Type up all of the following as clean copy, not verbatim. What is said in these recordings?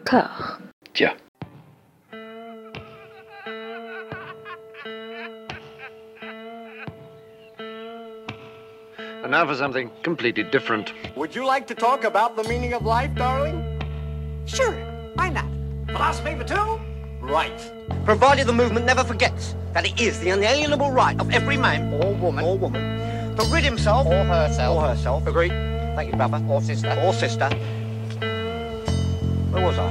D'accord. Tiens. And now for something completely different. Would you like to talk about the meaning of life, darling? Sure, why not? Philosophy for two? Right. Provided the movement never forgets that it is the unalienable right of every man or woman to rid himself or herself. Agreed. Thank you, brother or sister. Where was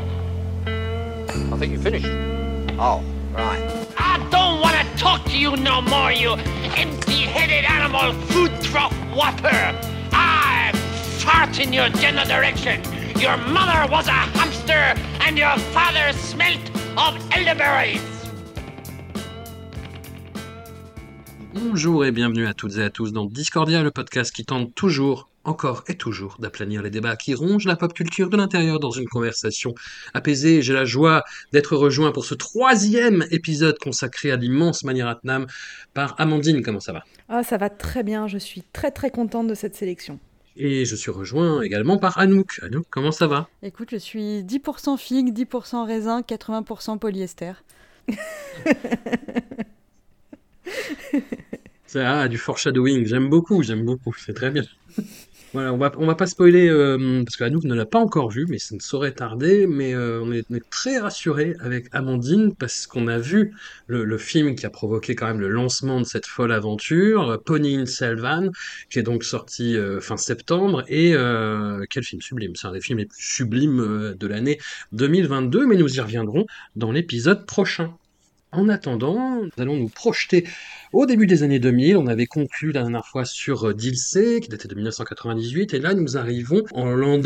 I think you finished. Oh, right. I don't want to talk to you no more, you empty-headed animal food trough whopper. I fart in your general direction. Your mother was a hamster and your father smelt of elderberries. Bonjour et bienvenue à toutes et à tous dans Discordia, le podcast qui tente toujours, encore et toujours, d'aplanir les débats qui rongent la pop culture de l'intérieur dans une conversation apaisée. J'ai la joie d'être rejoint pour ce 3e épisode consacré à l'immense Mani Ratnam par Amandine. Comment ça va ? Ah, ça va très bien, je suis très très contente de cette sélection. Et je suis rejoint également par Anouk. Anouk, comment ça va ? Écoute, je suis 10% figue, 10% raisin, 80% polyester. Ça, du foreshadowing, j'aime beaucoup, c'est très bien. Voilà, on va pas spoiler, parce qu'Anouk ne l'a pas encore vu, mais ça ne saurait tarder, mais on est très rassurés avec Amandine, parce qu'on a vu le film qui a provoqué quand même le lancement de cette folle aventure, Ponniyin Selvan, qui est donc sorti fin septembre, et quel film sublime, c'est un des films les plus sublimes de l'année 2022, mais nous y reviendrons dans l'épisode prochain. En attendant, nous allons nous projeter au début des années 2000. On avait conclu la dernière fois sur Dilsey, qui datait de 1998, et là nous arrivons en l'an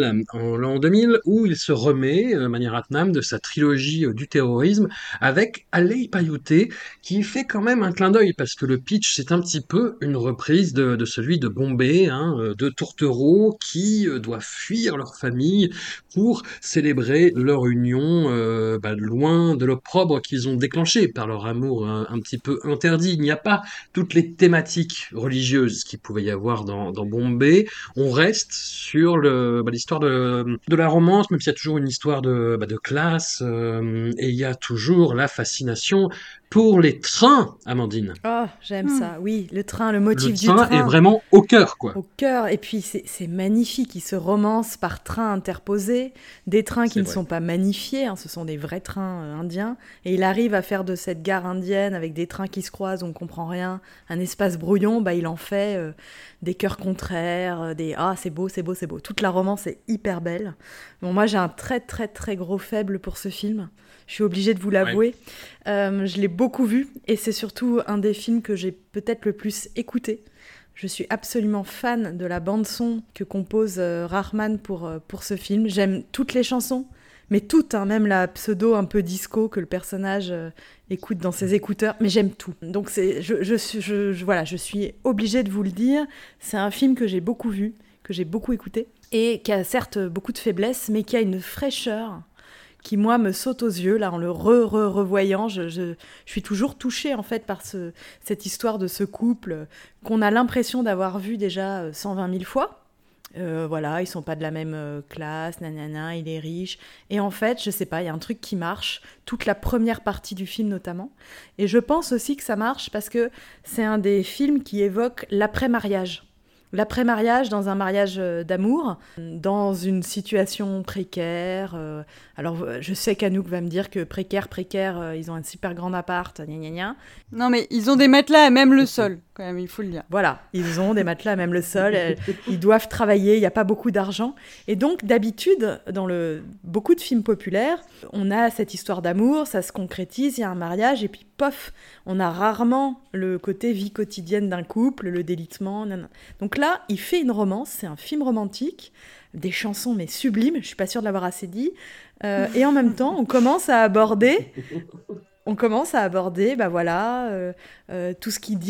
2000 où il se remet, Mani Ratnam, de sa trilogie du terrorisme, avec Alei Payouté, qui fait quand même un clin d'œil, parce que le pitch, c'est un petit peu une reprise de celui de Bombay, de tourtereaux qui doivent fuir leur famille pour célébrer leur union loin de l'opprobre qu'ils ont déclenché par leur amour un petit peu interdit. Il n'y a pas toutes les thématiques religieuses qu'il pouvait y avoir dans Bombay. On reste sur l'histoire de la romance, même s'il y a toujours une histoire de classe, et il y a toujours la fascination pour les trains, Amandine. Oh, j'aime ça, oui, le train, le motif du train. Le train est vraiment au cœur, quoi. Au cœur, et puis c'est magnifique, il se romance par trains interposés, des trains qui ne sont pas magnifiés, ce sont des vrais trains indiens, et il arrive à faire de cette gare indienne, avec des trains qui se croisent, on ne comprend rien, un espace brouillon, il en fait des chœurs contraires, c'est beau. Toute la romance est hyper belle. Bon, moi, j'ai un très très très gros faible pour ce film. Je suis obligée de vous l'avouer. Ouais. Je l'ai beaucoup vu et c'est surtout un des films que j'ai peut-être le plus écouté. Je suis absolument fan de la bande-son que compose Rahman pour ce film. J'aime toutes les chansons, mais toutes, même la pseudo un peu disco que le personnage écoute dans ses écouteurs, mais j'aime tout. Donc je suis obligée de vous le dire. C'est un film que j'ai beaucoup vu, que j'ai beaucoup écouté et qui a certes beaucoup de faiblesses, mais qui a une fraîcheur qui, moi, me saute aux yeux, là, en le revoyant. Je suis toujours touchée, en fait, par cette histoire de ce couple qu'on a l'impression d'avoir vu déjà 120 000 fois. Ils sont pas de la même classe, il est riche. Et en fait, je sais pas, il y a un truc qui marche, toute la première partie du film notamment. Et je pense aussi que ça marche parce que c'est un des films qui évoque l'après-mariage. L'après-mariage dans un mariage d'amour, dans une situation précaire. Alors, je sais qu'Anouk va me dire que précaire, ils ont un super grand appart, gna. Non, mais ils ont des matelas à même le sol, quand même, il faut le dire. Voilà, ils ont des matelas à même le sol, ils doivent travailler, il n'y a pas beaucoup d'argent. Et donc, d'habitude, dans beaucoup de films populaires, on a cette histoire d'amour, ça se concrétise, il y a un mariage, et puis pof, on a rarement le côté vie quotidienne d'un couple, le délitement. Donc là, il fait une romance, c'est un film romantique, des chansons mais sublimes, je suis pas sûre de l'avoir assez dit, et en même temps, on commence à aborder tout ce qui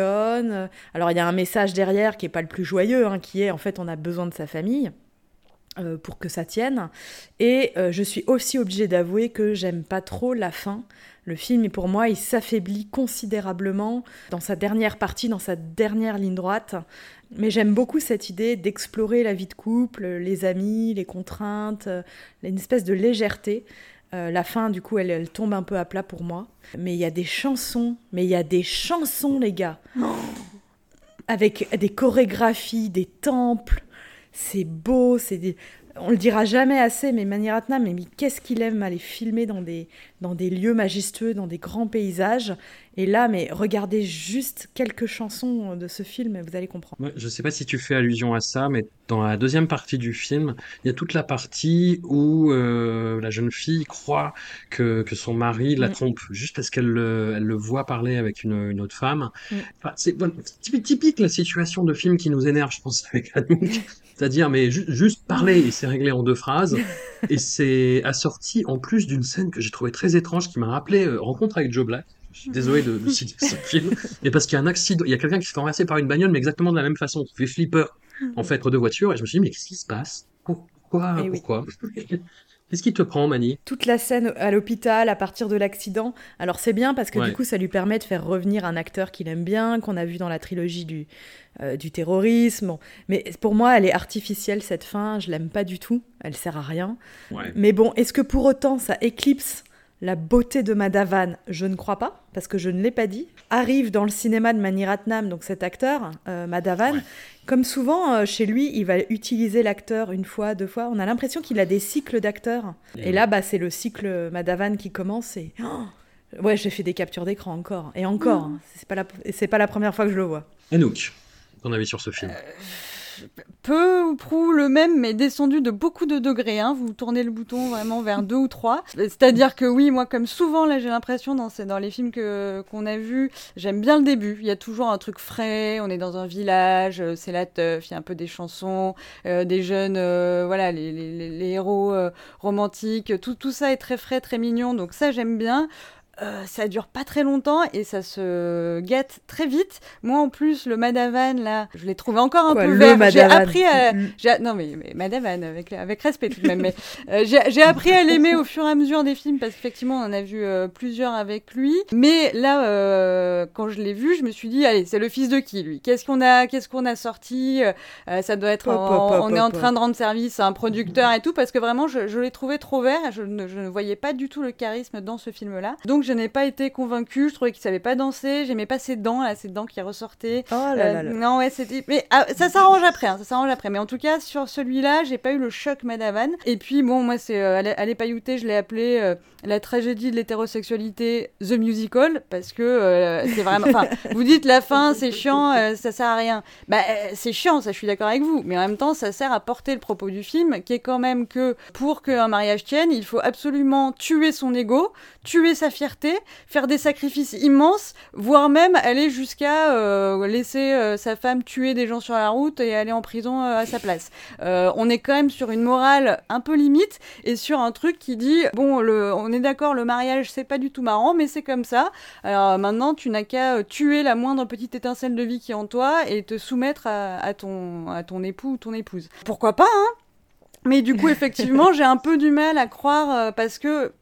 dysfonctionne. Alors il y a un message derrière qui est pas le plus joyeux, qui est en fait on a besoin de sa famille. pour que ça tienne. Et je suis aussi obligée d'avouer que j'aime pas trop la fin. Le film, pour moi, il s'affaiblit considérablement dans sa dernière partie, dans sa dernière ligne droite. Mais j'aime beaucoup cette idée d'explorer la vie de couple, les amis, les contraintes, une espèce de légèreté. La fin, du coup, elle tombe un peu à plat pour moi. Mais il y a des chansons, les gars. Avec des chorégraphies, des temples. C'est beau, on le dira jamais assez, mais Mani Ratnam, mais qu'est-ce qu'il aime aller filmer dans des lieux majestueux, dans des grands paysages. Et là, mais regardez juste quelques chansons de ce film et vous allez comprendre. Ouais, je sais pas si tu fais allusion à ça, mais dans la deuxième partie du film, il y a toute la partie où la jeune fille croit que son mari la trompe, juste parce qu'elle elle le voit parler avec une autre femme. Enfin, c'est typique la situation de film qui nous énerve, je pense, avec Anouk. C'est-à-dire, mais juste parler et c'est réglé en 2 phrases. Et c'est assorti en plus d'une scène que j'ai trouvée très étrange, qui m'a rappelé Rencontre avec Joe Black. Je suis désolé de citer ce film. Et parce qu'il y a un accident, il y a quelqu'un qui se fait renverser par une bagnole, mais exactement de la même façon, qui fait flipper, en fait, entre 2 voitures. Et je me suis dit, mais qu'est-ce qui se passe? Pourquoi? Qu'est-ce qui te prend, Mani? Toute la scène à l'hôpital, à partir de l'accident. Alors c'est bien parce que du coup, ça lui permet de faire revenir un acteur qu'il aime bien, qu'on a vu dans la trilogie du terrorisme. Bon. Mais pour moi, elle est artificielle, cette fin. Je l'aime pas du tout. Elle sert à rien. Ouais. Mais bon, est-ce que pour autant, ça éclipse la beauté de Madhavan? Je ne crois pas, parce que je ne l'ai pas dit. Arrive dans le cinéma de Mani Ratnam, donc cet acteur, Madhavan. Ouais. Comme souvent, chez lui, il va utiliser l'acteur 1 fois, 2 fois. On a l'impression qu'il a des cycles d'acteurs. Et là, c'est le cycle Madhavan qui commence. Et... ouais, j'ai fait des captures d'écran encore. Et encore. C'est pas la première fois que je le vois. Anouk, ton avis sur ce film? Peu ou prou le même, mais descendu de beaucoup de degrés. Hein. Vous tournez le bouton vraiment vers 2 ou 3. C'est-à-dire que oui, moi, comme souvent, là, j'ai l'impression dans les films qu'on a vus, j'aime bien le début. Il y a toujours un truc frais, on est dans un village, c'est la teuf, il y a un peu des chansons, des jeunes, voilà, les héros romantiques. Tout ça est très frais, très mignon, donc ça, j'aime bien. Ça dure pas très longtemps et ça se gâte très vite. Moi, en plus, le Madhavan, là, je l'ai trouvé encore un peu vert. J'ai appris à... Non, mais Madhavan, avec respect tout de même. Mais j'ai appris à l'aimer au fur et à mesure des films parce qu'effectivement, on en a vu plusieurs avec lui. Mais là, quand je l'ai vu, je me suis dit, allez, c'est le fils de qui, lui? Qu'est-ce qu'on a sorti? Ça doit être... on est en train de rendre service à un producteur et tout parce que vraiment, je l'ai trouvé trop vert. Je ne voyais pas du tout le charisme dans ce film-là. Donc, je n'ai pas été convaincue, je trouvais qu'il savait pas danser, j'aimais pas ses dents qui ressortaient. Oh là là. Non, ouais, c'était... Mais ça s'arrange après, mais en tout cas, sur celui-là, j'ai pas eu le choc Madhavan. Et puis, bon, moi, c'est Alé Payouté, je l'ai appelé la tragédie de l'hétérosexualité The Musical, parce que c'est vraiment... Enfin, vous dites la fin, c'est chiant, ça sert à rien. C'est chiant, ça, je suis d'accord avec vous, mais en même temps, ça sert à porter le propos du film, qui est quand même que, pour qu'un mariage tienne, il faut absolument tuer son ego, tuer sa fierté, faire des sacrifices immenses, voire même aller jusqu'à laisser sa femme tuer des gens sur la route et aller en prison à sa place. On est quand même sur une morale un peu limite et sur un truc qui dit, bon, on est d'accord, le mariage c'est pas du tout marrant, mais c'est comme ça. Alors maintenant, tu n'as qu'à tuer la moindre petite étincelle de vie qui est en toi et te soumettre à ton époux ou ton épouse. Pourquoi pas, hein? Mais du coup, effectivement, j'ai un peu du mal à croire parce que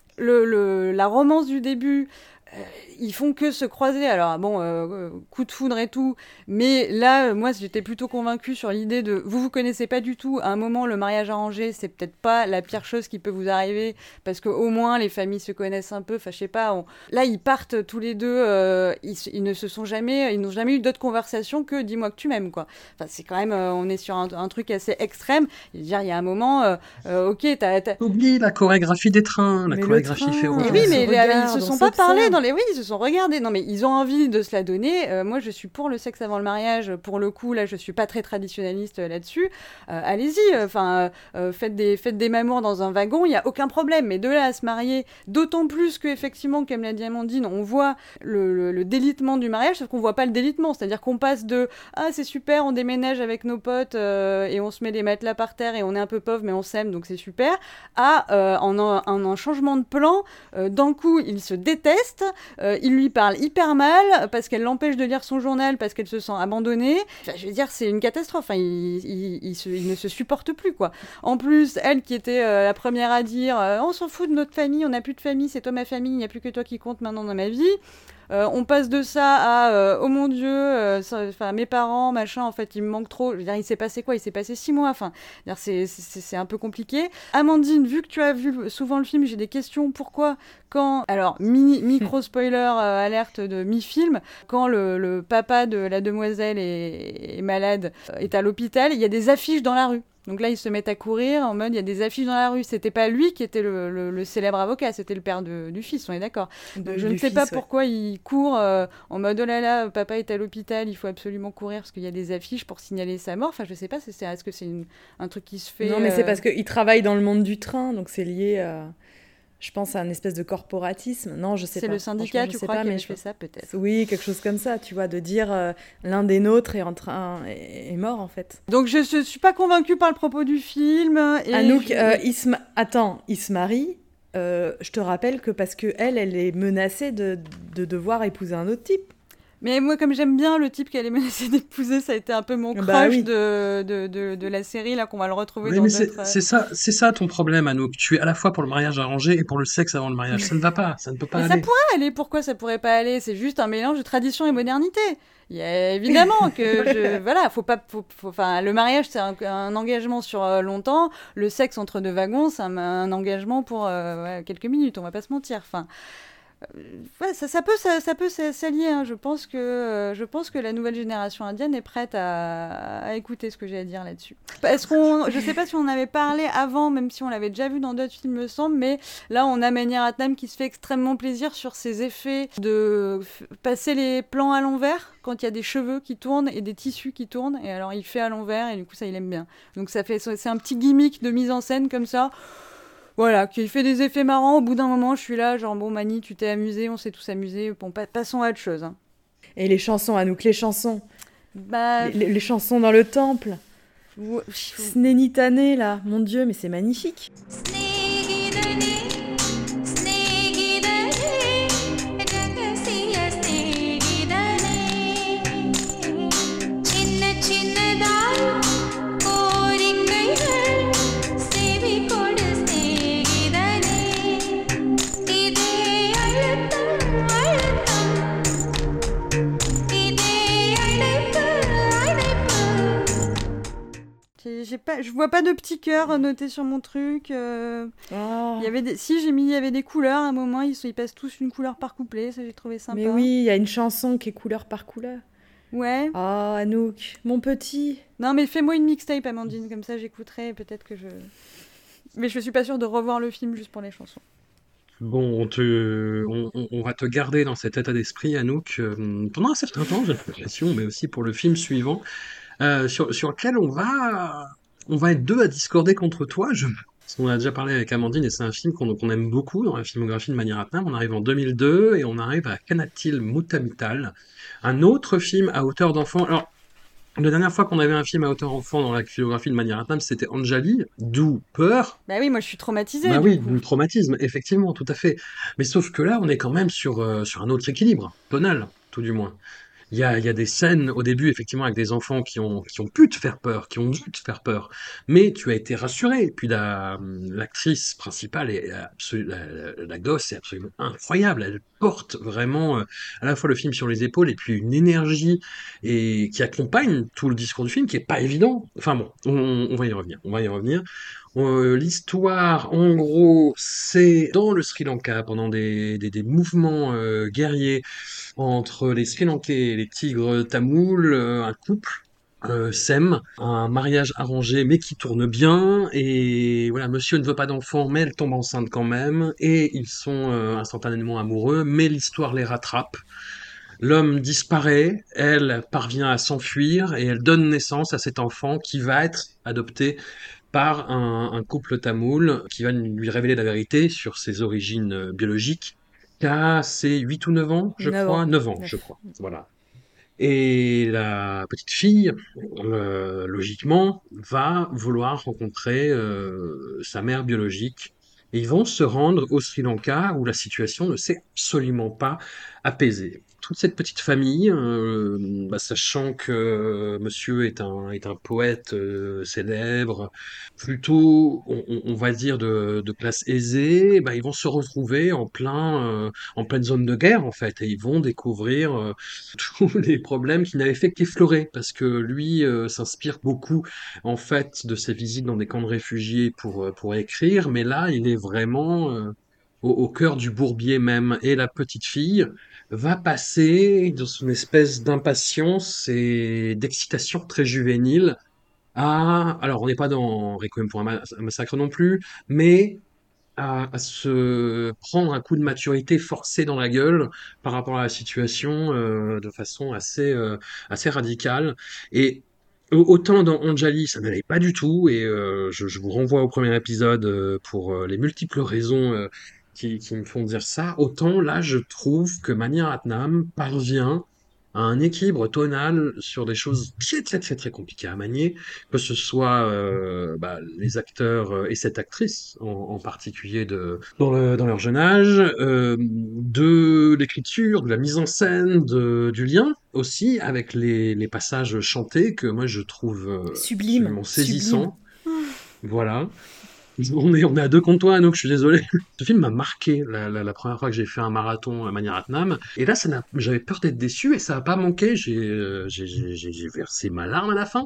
la romance du début, ils font que se croiser. Alors bon, coup de foudre et tout, mais là, moi, j'étais plutôt convaincue sur l'idée de vous connaissez pas du tout. À un moment, le mariage arrangé, c'est peut-être pas la pire chose qui peut vous arriver, parce que au moins les familles se connaissent un peu. Enfin, je sais pas. Là, ils partent tous les deux. Ils n'ont jamais eu d'autres conversations que dis-moi que tu m'aimes, quoi. Enfin, c'est quand même, on est sur un truc assez extrême. Il y a un moment, ok, Oublie la chorégraphie des trains, la chorégraphie ferroviaire. Oui, mais ils se sont pas parlé ils se sont regardés. Non, mais ils ont envie de se la donner. Moi, je suis pour le sexe avant le mariage. Pour le coup, là, je suis pas très traditionnaliste là-dessus. Allez-y. Enfin, faites des mamours dans un wagon. Il y a aucun problème. Mais de là à se marier, d'autant plus que effectivement, comme l'a dit Amandine, on voit le délitement du mariage, sauf qu'on voit pas le délitement. C'est-à-dire qu'on passe de c'est super, on déménage avec nos potes et on se met les matelas par terre et on est un peu pauvre, mais on s'aime, donc c'est super. À en un changement de plan, d'un coup, ils se détestent. il lui parle hyper mal parce qu'elle l'empêche de lire son journal parce qu'elle se sent abandonnée. Enfin, je veux dire, c'est une catastrophe. Enfin, il ne se supporte plus, quoi. En plus, elle qui était la première à dire on s'en fout de notre famille, on n'a plus de famille, c'est toi ma famille, il n'y a plus que toi qui compte maintenant dans ma vie. On passe de ça à oh mon Dieu, mes parents, machin, en fait, il me manque trop. Je veux dire, il s'est passé quoi? Il s'est passé 6 mois. Enfin, c'est un peu compliqué. Amandine, vu que tu as vu souvent le film, j'ai des questions. Pourquoi, alors, micro spoiler alerte de mi-film, quand le papa de la demoiselle est malade, est à l'hôpital, il y a des affiches dans la rue. Donc là, ils se mettent à courir en mode, il y a des affiches dans la rue. C'était pas lui qui était le célèbre avocat, c'était le père du fils, on est d'accord. Donc je ne sais pas pourquoi il court en mode, oh là là, papa est à l'hôpital, il faut absolument courir parce qu'il y a des affiches pour signaler sa mort. Enfin, je sais pas, est-ce que c'est un truc qui se fait... Non, mais c'est parce qu'il travaille dans le monde du train, donc c'est lié à... Je pense à un espèce de corporatisme. Non, je sais pas. C'est le syndicat, tu crois, qui fait ça, peut-être? Oui, quelque chose comme ça, tu vois, de dire l'un des nôtres est mort, en fait. Donc, je suis pas convaincue par le propos du film. Et Anouk, il se marie. Je te rappelle que parce qu'elle est menacée de devoir épouser un autre type. Mais moi, comme j'aime bien le type qu'elle est menacée d'épouser, ça a été un peu mon crush de la série, là, qu'on va le retrouver dans d'autres... C'est ça ton problème, Anouk. Tu es à la fois pour le mariage arrangé et pour le sexe avant le mariage. Ça ne va pas, ça ne peut pas aller. Ça pourrait aller, pourquoi ça pourrait pas aller? C'est juste un mélange de tradition et modernité. Il y a évidemment que voilà, enfin, le mariage, c'est un engagement sur longtemps. Le sexe entre deux wagons, c'est un engagement pour quelques minutes, on va pas se mentir. Enfin... ça peut s'allier, hein. Je pense que la nouvelle génération indienne est prête à écouter ce que j'ai à dire là-dessus. Je sais pas si on en avait parlé avant, même si on l'avait déjà vu dans d'autres films, me semble, mais là on a Mani Ratnam qui se fait extrêmement plaisir sur ses effets de passer les plans à l'envers quand il y a des cheveux qui tournent et des tissus qui tournent, et alors il fait à l'envers et du coup ça il aime bien. Donc c'est un petit gimmick de mise en scène comme ça. Voilà, qui fait des effets marrants. Au bout d'un moment, je suis là, genre, bon, Mani, tu t'es amusé, on s'est tous amusés. Bon, passons à autre chose. Hein. Et les chansons, Anouk, les chansons. Les chansons dans le temple. Snenitane, là. Mon Dieu, mais c'est magnifique. Je vois pas de petits cœurs notés sur mon truc. Il y avait il y avait des couleurs à un moment, ils passent tous une couleur par couplet, ça j'ai trouvé sympa. Mais oui, il y a une chanson qui est couleur par couleur. Ouais. Oh, Anouk, mon petit. Non, mais fais-moi une mixtape, Amandine, comme ça j'écouterai, peut-être que je... Mais je suis pas sûre de revoir le film juste pour les chansons. Bon, on va te garder dans cet état d'esprit, Anouk, pendant un certain temps, j'ai l'impression, mais aussi pour le film suivant, sur lequel on va être deux à discorder contre toi. On a déjà parlé avec Amandine et c'est un film qu'on aime beaucoup dans la filmographie de Mani Ratnam. On arrive en 2002 et on arrive à Kanatil Muttamital, un autre film à hauteur d'enfant. Alors, la dernière fois qu'on avait un film à hauteur enfant dans la filmographie de Mani Ratnam, c'était Anjali, d'où Peur. Bah oui, moi je suis traumatisée. Bah oui, du traumatisme, effectivement, tout à fait. Mais sauf que là, on est quand même sur un autre équilibre, tonal, tout du moins. Il y a des scènes au début, effectivement, avec des enfants qui ont pu te faire peur, qui ont dû te faire peur. Mais tu as été rassuré. Et puis l'actrice principale, la gosse, est absolument incroyable. Elle porte vraiment à la fois le film sur les épaules et puis une énergie et qui accompagne tout le discours du film, qui est pas évident. Enfin bon, on va y revenir. On va y revenir. L'histoire, en gros, c'est dans le Sri Lanka, pendant des mouvements guerriers entre les Sri Lankais et les tigres tamouls, un couple s'aime, un mariage arrangé mais qui tourne bien, et voilà, monsieur ne veut pas d'enfant mais elle tombe enceinte quand même, et ils sont instantanément amoureux, mais l'histoire les rattrape. L'homme disparaît, elle parvient à s'enfuir et elle donne naissance à cet enfant qui va être adopté par un couple tamoul qui va lui révéler la vérité sur ses origines biologiques. C'est 8 ou 9 ans, je crois. 9 ans, je crois. Voilà. Et la petite fille, logiquement, va vouloir rencontrer sa mère biologique et ils vont se rendre au Sri Lanka où la situation ne s'est absolument pas apaisée. Toute cette petite famille, sachant que monsieur est un poète célèbre, plutôt, on va dire, de classe aisée, ils vont se retrouver en pleine zone de guerre, en fait, et ils vont découvrir tous les problèmes qui n'avaient fait qu'effleurer, parce que lui s'inspire beaucoup, en fait, de ses visites dans des camps de réfugiés pour écrire, mais là, il est vraiment au cœur du bourbier même, et la petite fille va passer dans une espèce d'impatience et d'excitation très juvénile alors on n'est pas dans Requiem pour un massacre non plus, mais à se prendre un coup de maturité forcé dans la gueule par rapport à la situation de façon assez radicale. Et autant dans Anjali, ça n'allait pas du tout, et je vous renvoie au premier épisode pour les multiples raisons qui me font dire ça, autant là je trouve que Mani Ratnam parvient à un équilibre tonal sur des choses très très très très compliquées à manier, que ce soit les acteurs et cette actrice en particulier dans leur jeune âge, de l'écriture, de la mise en scène, du lien aussi avec les passages chantés que moi je trouve Sublime, absolument saisissants. Voilà. On est à deux contre toi, Anouk, je suis désolé. Ce film m'a marqué la première fois que j'ai fait un marathon à Mani Ratnam. Et là, j'avais peur d'être déçu et ça n'a pas manqué. J'ai versé ma larme à la fin.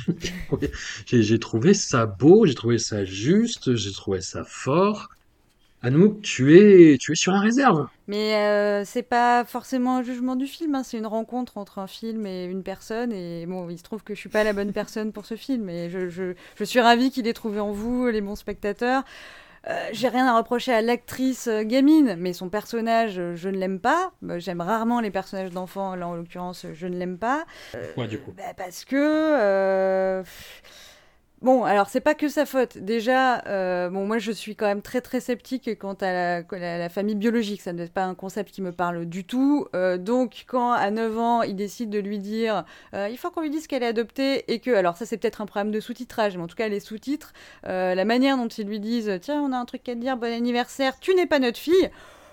J'ai trouvé ça beau, j'ai trouvé ça juste, j'ai trouvé ça fort. Anouk, tu es sur la réserve. Mais c'est pas forcément un jugement du film, hein, c'est une rencontre entre un film et une personne. Et bon, il se trouve que je suis pas la bonne personne pour ce film. Et je suis ravie qu'il ait trouvé en vous, les bons spectateurs. J'ai rien à reprocher à l'actrice gamine, mais son personnage, je ne l'aime pas. J'aime rarement les personnages d'enfants, là en l'occurrence, je ne l'aime pas. Ouais, du coup. Parce que... Bon, alors c'est pas que sa faute. Déjà, moi je suis quand même très très sceptique quant à la famille biologique. Ça n'est pas un concept qui me parle du tout. Donc quand à 9 ans, il décide de lui dire il faut qu'on lui dise qu'elle est adoptée et que... Alors ça c'est peut-être un problème de sous-titrage, mais en tout cas les sous-titres, la manière dont ils lui disent tiens on a un truc à te dire, bon anniversaire, tu n'es pas notre fille...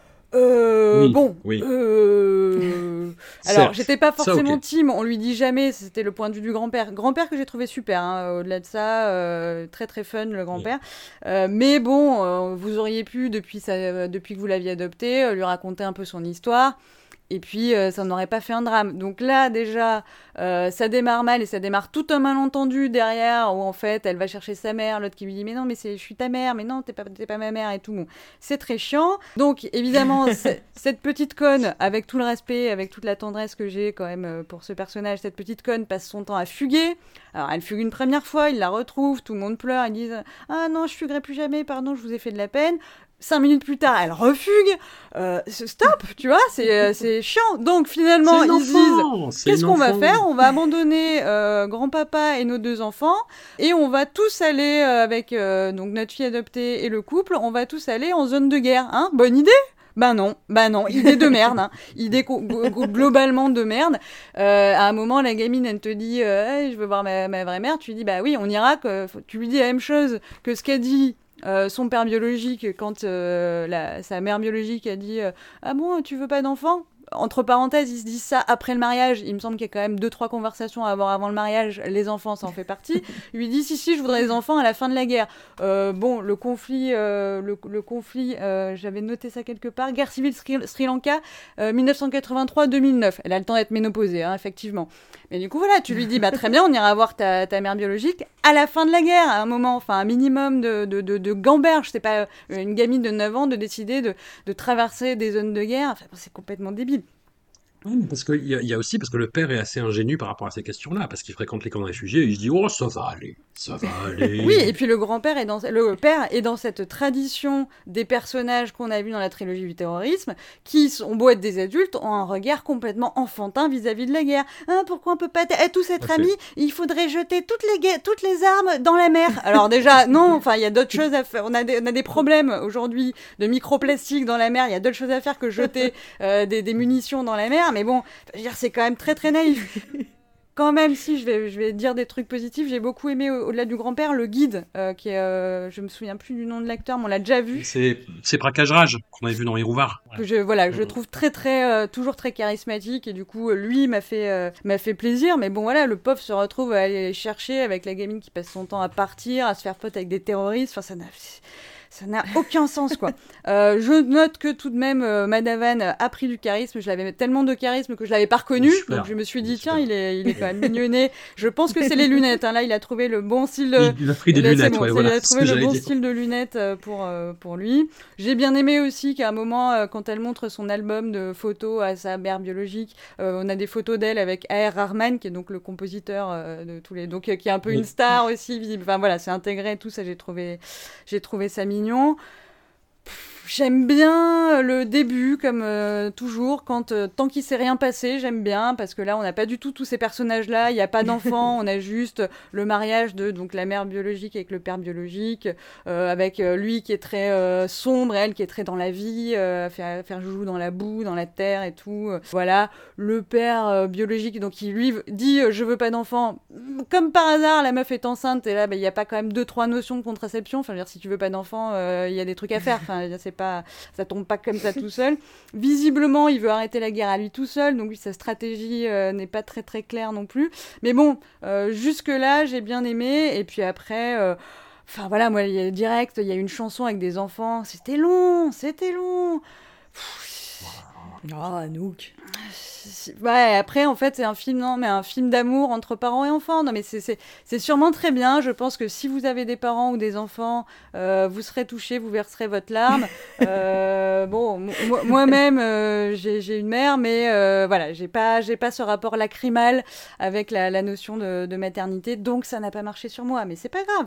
Oui. Alors, j'étais pas forcément ça, okay. team, on lui dit jamais, c'était le point de vue du grand-père. Grand-père que j'ai trouvé super, hein, au-delà de ça, très très fun le grand-père. Mais bon, vous auriez pu, depuis que vous l'aviez adopté, lui raconter un peu son histoire. Et puis, ça n'aurait pas fait un drame. Donc là, déjà, ça démarre mal et ça démarre tout un malentendu derrière où, en fait, elle va chercher sa mère, l'autre qui lui dit « Mais non, mais je suis ta mère, mais non, t'es pas ma mère et tout. » Bon, c'est très chiant. Donc, évidemment, cette petite conne, avec tout le respect, avec toute la tendresse que j'ai quand même pour ce personnage, cette petite conne passe son temps à fuguer. Alors, elle fugue une première fois, il la retrouve, tout le monde pleure, ils disent « Ah non, je fuguerai plus jamais, pardon, je vous ai fait de la peine. » 5 minutes plus tard, elle refugue. Stop, tu vois, c'est chiant. Donc finalement, ils se disent, qu'est-ce qu'on va faire ? On va abandonner grand-papa et nos 2 enfants, et on va tous aller avec donc notre fille adoptée et le couple, on va tous aller en zone de guerre. Hein ? Bonne idée ? Bah non, idée de merde, hein. Idée globalement de merde. À un moment, la gamine, elle te dit hey, je veux voir ma vraie mère. Tu lui dis, bah oui, on ira. Tu lui dis la même chose que ce qu'a dit son père biologique quand sa mère biologique a dit ah bon, tu veux pas d'enfant ? Entre parenthèses, ils se disent ça après le mariage. Il me semble qu'il y a quand même 2-3 conversations à avoir avant le mariage. Les enfants, ça en fait partie. Il lui dit si, je voudrais des enfants à la fin de la guerre. Bon, le conflit, j'avais noté ça quelque part. Guerre civile Sri Lanka, 1983-2009. Elle a le temps d'être ménopausée, hein, effectivement. Mais du coup, voilà, tu lui dis très bien, on ira voir ta mère biologique à la fin de la guerre, à un moment, enfin, un minimum de gamberge. C'est pas une gamine de 9 ans de décider de traverser des zones de guerre. Enfin, c'est complètement débile. Oui, parce qu'il y a aussi, parce que le père est assez ingénu par rapport à ces questions-là, parce qu'il fréquente les camps de réfugiés, et il se dit, oh, ça va aller. Oui, et puis le père est dans cette tradition des personnages qu'on a vus dans la trilogie du terrorisme, qui ont beau être des adultes, ont un regard complètement enfantin vis-à-vis de la guerre. Hein, pourquoi on peut pas tous être amis ? Il faudrait jeter toutes les armes dans la mer. Alors déjà, non, enfin, il y a d'autres choses à faire. On a des problèmes aujourd'hui de microplastique dans la mer, il y a d'autres choses à faire que jeter des munitions dans la mer. Mais bon, je veux dire, c'est quand même très très naïf. quand même, si je vais dire des trucs positifs, j'ai beaucoup aimé au-delà du grand-père le guide, qui est, je me souviens plus du nom de l'acteur, mais on l'a déjà vu. C'est Braquage Rage qu'on avait vu dans Hirouvard. Que je trouve très toujours très charismatique et du coup lui m'a fait plaisir, mais bon voilà, le pauvre se retrouve à aller chercher avec la gamine qui passe son temps à partir, à se faire pote avec des terroristes. Enfin ça n'a aucun sens, quoi. Je note que tout de même, Madhavan a pris du charisme. Je l'avais tellement de charisme que je l'avais pas reconnu. Super. Donc je me suis dit, tiens, il est quand même mignonné. Je pense que c'est les lunettes. Hein. Là, il a trouvé le bon style. Il a pris des lunettes, bon, voilà. Il a trouvé le bon style de lunettes pour lui. J'ai bien aimé aussi qu'à un moment, quand elle montre son album de photos à sa mère biologique, on a des photos d'elle avec A.R. Rahman, qui est donc le compositeur de tous les, donc qui est un peu une star aussi visible. Enfin voilà, c'est intégré tout ça. J'ai trouvé ça mignon. J'aime bien le début, comme toujours, tant qu'il s'est rien passé, j'aime bien, parce que là, on n'a pas du tout tous ces personnages-là, il n'y a pas d'enfants, on a juste le mariage de donc, la mère biologique avec le père biologique, avec lui qui est très sombre, elle qui est très dans la vie, faire joujou dans la boue, dans la terre et tout. Voilà, le père biologique, donc qui lui dit « je veux pas d'enfants ». Comme par hasard, la meuf est enceinte, et là, il y a pas quand même 2-3 notions de contraception. Enfin, je veux dire, si tu veux pas d'enfants, il y a des trucs à faire. Enfin, ça tombe pas comme ça tout seul. Visiblement, il veut arrêter la guerre à lui tout seul, donc sa stratégie n'est pas très très claire non plus. Mais bon, jusque-là, j'ai bien aimé. Et puis après, enfin voilà, moi, direct, il y a une chanson avec des enfants. C'était long. Oh, Anouk. Ouais, après, en fait, c'est un film d'amour entre parents et enfants. Non, mais c'est sûrement très bien. Je pense que si vous avez des parents ou des enfants, vous serez touchés, vous verserez votre larme. Bon, moi-même, j'ai une mère, mais voilà, j'ai pas ce rapport lacrymal avec la notion de maternité, donc ça n'a pas marché sur moi. Mais c'est pas grave,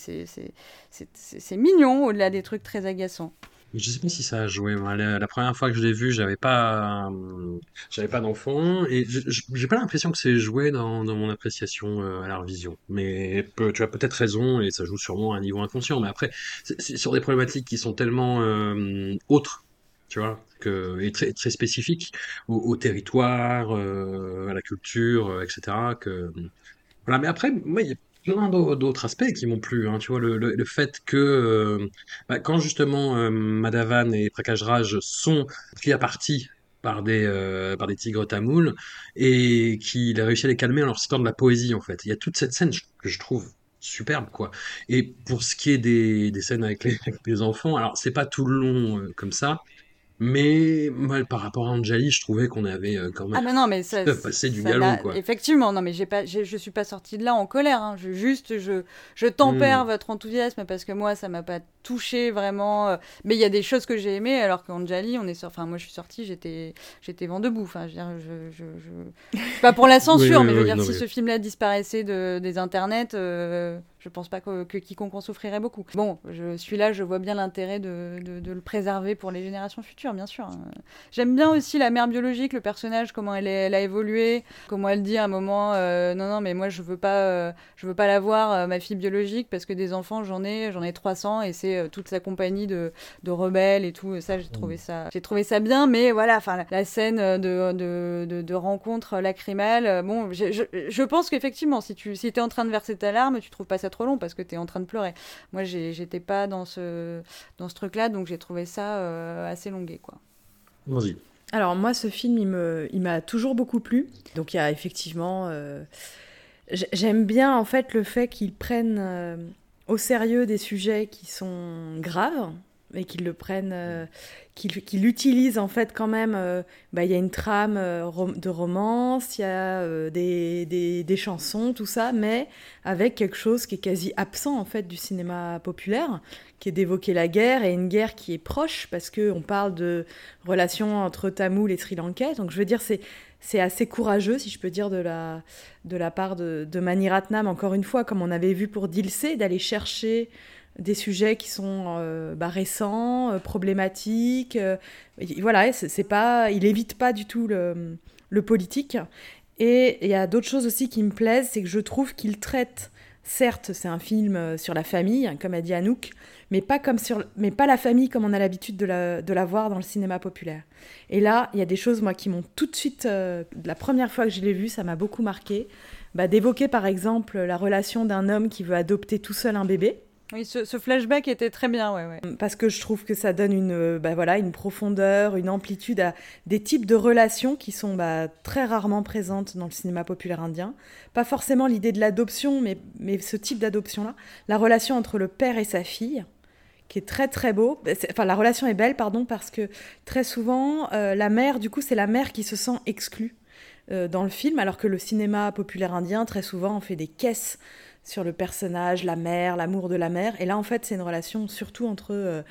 c'est mignon, au-delà des trucs très agaçants. Je sais pas si ça a joué. Moi, la première fois que je l'ai vu, j'avais pas d'enfant et j'ai pas l'impression que c'est joué dans mon appréciation à la revision. Mais tu as peut-être raison et ça joue sûrement à un niveau inconscient. Mais après, c'est sur des problématiques qui sont tellement autres, tu vois, et très très spécifiques au territoire, à la culture, etc. Voilà. Mais après, moi, il y a plein d'autres aspects qui m'ont plu, hein. Tu vois, le fait que quand justement Madhavan et Prakash Raj sont pris à partie par des tigres tamouls et qu'il a réussi à les calmer en leur citant de la poésie, en fait. Il y a toute cette scène que je trouve superbe, quoi. Et pour ce qui est des scènes avec les enfants, alors c'est pas tout le long comme ça. Mais moi, par rapport à Anjali, je trouvais qu'on avait quand même Ah mais non, mais passé du galon, quoi. Effectivement, non mais je suis pas sortie de là en colère. Hein. Je tempère votre enthousiasme parce que moi ça m'a pas touché vraiment. Mais il y a des choses que j'ai aimées alors qu'Anjali, enfin moi je suis sortie, j'étais vent debout. Enfin je veux dire, pas pour la censure, Oui, mais je veux oui, dire non, si oui. ce film-là disparaissait des internets. Je pense pas que quiconque en souffrirait beaucoup. Bon, je vois bien l'intérêt de le préserver pour les générations futures, bien sûr. J'aime bien aussi la mère biologique, le personnage, comment elle a évolué, comment elle dit à un moment, non, mais moi je veux pas l'avoir, ma fille biologique, parce que des enfants j'en ai 300 et c'est toute sa compagnie de rebelles et tout. Ça, j'ai trouvé ça bien, mais voilà, enfin la scène de rencontre lacrymale. Bon, je pense qu'effectivement, si t'es en train de verser ta larme, tu trouves pas ça trop long parce que t'es en train de pleurer. Moi, j'étais pas dans ce truc-là, donc j'ai trouvé ça assez longué, quoi. Vas-y. Alors moi, ce film, il m'a toujours beaucoup plu. Donc il y a effectivement... j'aime bien en fait le fait qu'ils prennent au sérieux des sujets qui sont graves et qu'ils le prennent... qu'il utilise en fait quand même... il y a une trame de romance, il y a des chansons, tout ça, mais avec quelque chose qui est quasi absent en fait du cinéma populaire, qui est d'évoquer la guerre, et une guerre qui est proche, parce qu'on parle de relations entre Tamouls et Sri Lankais. Donc je veux dire, c'est assez courageux, si je peux dire, de la part de Mani Ratnam, encore une fois, comme on avait vu pour Dilse, d'aller chercher des sujets qui sont récents, problématiques. Voilà, il évite pas du tout le politique. Et il y a d'autres choses aussi qui me plaisent, c'est que je trouve qu'il traite Certes, c'est un film sur la famille, comme a dit Anouk, mais pas la famille comme on a l'habitude de la voir dans le cinéma populaire. Et là, il y a des choses, moi, qui m'ont tout de suite, la première fois que je l'ai vu, ça m'a beaucoup marqué, d'évoquer par exemple la relation d'un homme qui veut adopter tout seul un bébé. Oui, ce flashback était très bien, ouais. Parce que je trouve que ça donne une profondeur, une amplitude à des types de relations qui sont très rarement présentes dans le cinéma populaire indien. Pas forcément l'idée de l'adoption, mais ce type d'adoption-là. La relation entre le père et sa fille, qui est très très beau. La relation est belle, parce que très souvent, la mère, du coup, c'est la mère qui se sent exclue dans le film, alors que le cinéma populaire indien, très souvent, on fait des caisses sur le personnage, la mère, l'amour de la mère. Et là, en fait, c'est une relation surtout entre...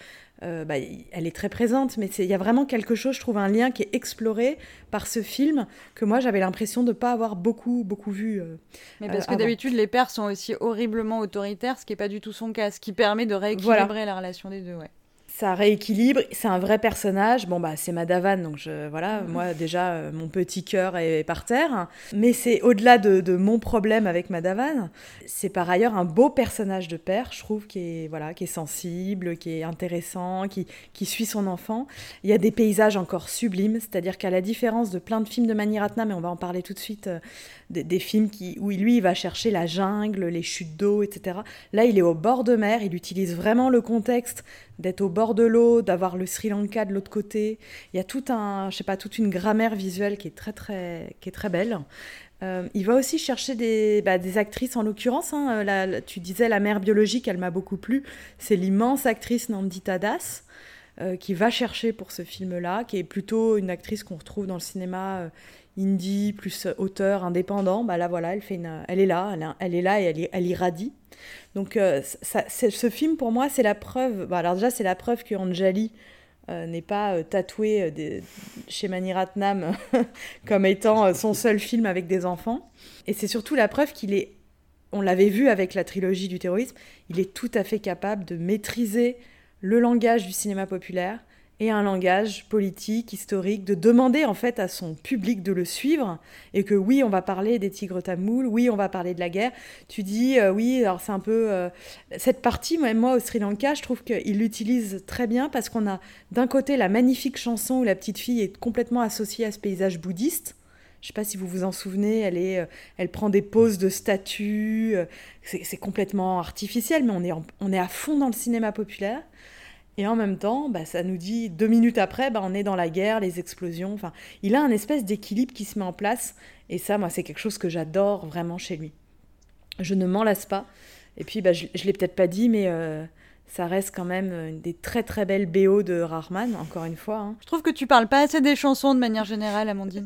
elle est très présente, mais il y a vraiment quelque chose, je trouve, un lien qui est exploré par ce film que moi, j'avais l'impression de ne pas avoir beaucoup vu Mais parce que avant. d'habitude, les pères sont aussi horriblement autoritaires, ce qui n'est pas du tout son cas, ce qui permet de rééquilibrer la relation des deux, ouais. Ça rééquilibre, c'est un vrai personnage. Bon, c'est Madhavan, donc moi déjà, mon petit cœur est par terre. Mais c'est au-delà de mon problème avec Madhavan. C'est par ailleurs un beau personnage de père, je trouve, qui est sensible, qui est intéressant, qui suit son enfant. Il y a des paysages encore sublimes, c'est-à-dire qu'à la différence de plein de films de Mani Ratnam, et on va en parler tout de suite, des films où lui, il va chercher la jungle, les chutes d'eau, etc. Là, il est au bord de mer, il utilise vraiment le contexte d'être au bord de l'eau, d'avoir le Sri Lanka de l'autre côté. Il y a toute une grammaire visuelle qui est très belle. Il va aussi chercher des actrices, en l'occurrence. Tu disais la mère biologique, elle m'a beaucoup plu. C'est l'immense actrice Nandita Das qui va chercher pour ce film-là, qui est plutôt une actrice qu'on retrouve dans le cinéma indie, plus auteur, indépendant. Là, voilà, elle est là et elle irradie. Donc, ce film, pour moi, c'est la preuve... alors déjà, c'est la preuve que Anjali n'est pas tatoué chez Mani Ratnam comme étant son seul film avec des enfants. Et c'est surtout la preuve on l'avait vu avec la trilogie du terrorisme, il est tout à fait capable de maîtriser le langage du cinéma populaire et un langage politique, historique, de demander en fait à son public de le suivre, et que oui, on va parler des tigres tamouls, oui, on va parler de la guerre. Tu dis, oui, alors c'est un peu... cette partie, moi, au Sri Lanka, je trouve qu'il l'utilise très bien, parce qu'on a d'un côté la magnifique chanson où la petite fille est complètement associée à ce paysage bouddhiste. Je ne sais pas si vous vous en souvenez, elle prend des poses de statues, c'est complètement artificiel, mais on est à fond dans le cinéma populaire. Et en même temps, ça nous dit 2 minutes après, on est dans la guerre, les explosions. Enfin, il a un espèce d'équilibre qui se met en place. Et ça, moi, c'est quelque chose que j'adore vraiment chez lui. Je ne m'en lasse pas. Et puis, je ne l'ai peut-être pas dit, mais ça reste quand même une des très très belles BO de Rahman, encore une fois. Je trouve que tu parles pas assez des chansons de manière générale, Amandine.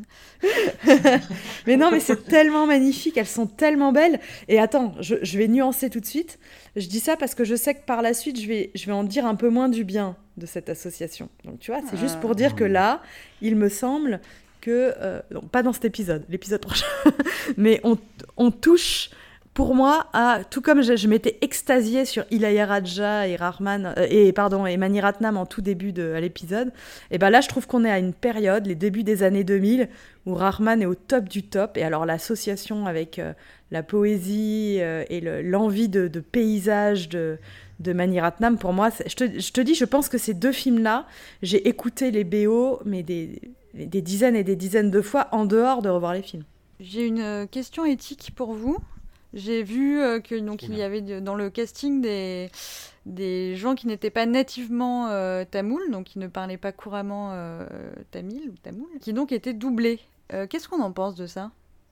Mais non, mais c'est tellement magnifique, elles sont tellement belles. Et attends, je vais nuancer tout de suite. Je dis ça parce que je sais que par la suite, je vais en dire un peu moins du bien de cette association. Donc tu vois, c'est juste pour dire que là, il me semble que... non, pas dans cet épisode, l'épisode prochain. Mais on touche... Pour moi, tout comme je m'étais extasiée sur Ilayaraja et Mani Ratnam en tout début à l'épisode, et là, je trouve qu'on est à une période, les débuts des années 2000, où Rahman est au top du top. Et alors, l'association avec la poésie et l'envie de paysage de Mani Ratnam, pour moi, je te dis, je pense que ces deux films-là, j'ai écouté les BO, mais des dizaines et des dizaines de fois, en dehors de revoir les films. J'ai une question éthique pour vous. J'ai vu qu'il y avait dans le casting des gens qui n'étaient pas nativement tamouls, donc qui ne parlaient pas couramment tamil ou tamoul, qui donc étaient doublés. Qu'est-ce qu'on en pense de ça ?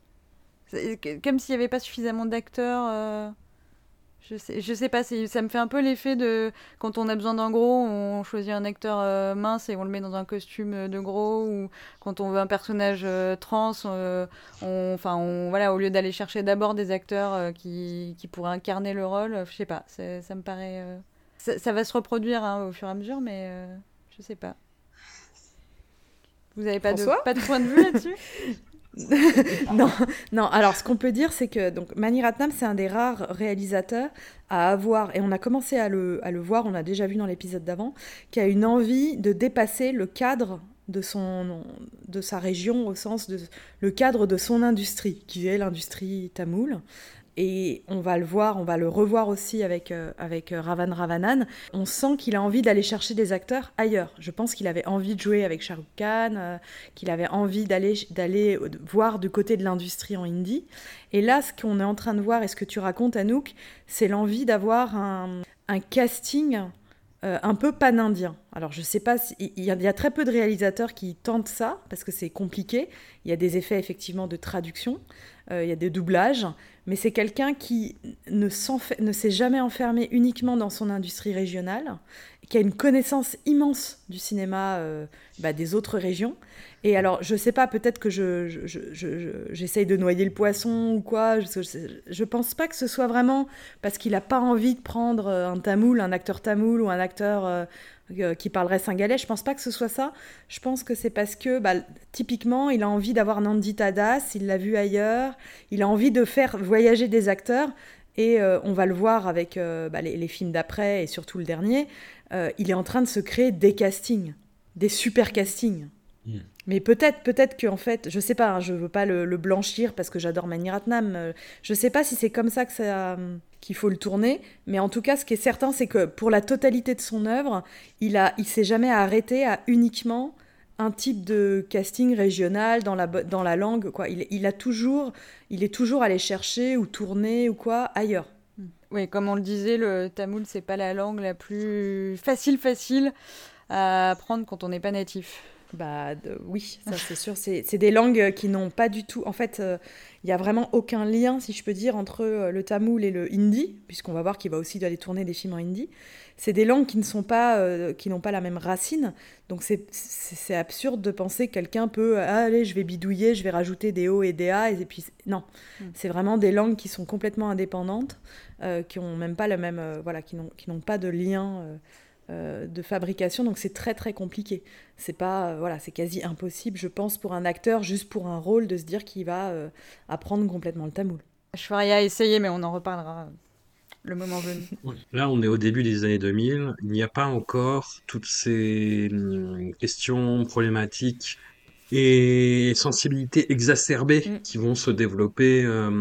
Comme s'il n'y avait pas suffisamment d'acteurs. Je sais pas, ça me fait un peu l'effet de quand on a besoin d'un gros, on choisit un acteur mince et on le met dans un costume de gros, ou quand on veut un personnage trans, au lieu d'aller chercher d'abord des acteurs qui pourraient incarner le rôle, je sais pas, ça me paraît... Ça va se reproduire au fur et à mesure, mais je sais pas. Vous n'avez pas de point de vue là-dessus ? Non. Alors, ce qu'on peut dire, c'est que Mani Ratnam, c'est un des rares réalisateurs à avoir, et on a commencé à le voir, on l'a déjà vu dans l'épisode d'avant, qui a une envie de dépasser le cadre de sa région, au sens de le cadre de son industrie, qui est l'industrie tamoule. Et on va le voir, on va le revoir aussi avec Ravan Ravanan. On sent qu'il a envie d'aller chercher des acteurs ailleurs. Je pense qu'il avait envie de jouer avec Shah Rukh Khan, qu'il avait envie d'aller voir du côté de l'industrie en hindi. Et là, ce qu'on est en train de voir, et ce que tu racontes, Anouk, c'est l'envie d'avoir un casting un peu pan-indien. Alors, je sais pas, il y a très peu de réalisateurs qui tentent ça, parce que c'est compliqué. Il y a des effets, effectivement, de traduction, il y a des doublages, mais c'est quelqu'un qui ne s'est jamais enfermé uniquement dans son industrie régionale, qui a une connaissance immense du cinéma des autres régions. Et alors, je sais pas, peut-être que j'essaye de noyer le poisson ou quoi, je pense pas que ce soit vraiment parce qu'il a pas envie de prendre un acteur tamoul ou un acteur qui parlerait singalais. Je pense pas que ce soit ça. Je pense que c'est parce que, typiquement, il a envie d'avoir Nandita Das, il l'a vu ailleurs, il a envie de faire voyager des acteurs. Et on va le voir avec les films d'après et surtout le dernier. Il est en train de se créer des castings, des super castings. Mais peut-être qu'en fait, je sais pas, je veux pas le blanchir parce que j'adore Mani Ratnam. Je sais pas si c'est comme ça qu'il faut le tourner, mais en tout cas, ce qui est certain, c'est que pour la totalité de son œuvre, il s'est jamais arrêté à uniquement un type de casting régional dans la langue, quoi. Il est toujours allé chercher ou tourner ou quoi ailleurs. Oui, comme on le disait, le tamoul, c'est pas la langue la plus facile à apprendre quand on n'est pas natif. Oui, ça c'est sûr. C'est des langues qui n'ont pas du tout... En fait, il n'y a vraiment aucun lien, si je peux dire, entre le tamoul et le hindi, puisqu'on va voir qu'il va aussi aller tourner des films en hindi. C'est des langues qui n'ont pas la même racine. Donc c'est absurde de penser que quelqu'un peut... allez, je vais bidouiller, je vais rajouter des O et des A. Et puis, non, c'est vraiment des langues qui sont complètement indépendantes, qui n'ont même pas le même... qui n'ont pas de lien... de fabrication, donc c'est très très compliqué. C'est pas, c'est quasi impossible, je pense, pour un acteur, juste pour un rôle, de se dire qu'il va apprendre complètement le tamoul. Aishwarya a essayé, mais on en reparlera le moment venu. Là, on est au début des années 2000, il n'y a pas encore toutes ces questions problématiques et sensibilités exacerbées qui vont se développer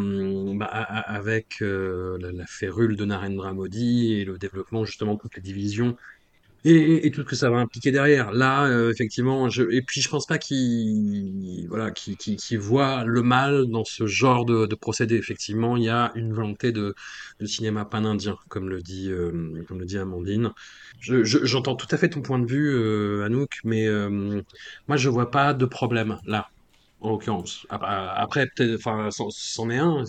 avec la férule de Narendra Modi et le développement justement de toutes les divisions et tout ce que ça va impliquer derrière. Là, effectivement, et puis je pense pas qu'il voit le mal dans ce genre de procédé. Effectivement, il y a une volonté de cinéma pan-indien, comme le dit Amandine. J'entends tout à fait ton point de vue, Anouk, mais moi je vois pas de problème là, en l'occurrence. Après, peut-être, enfin, c'en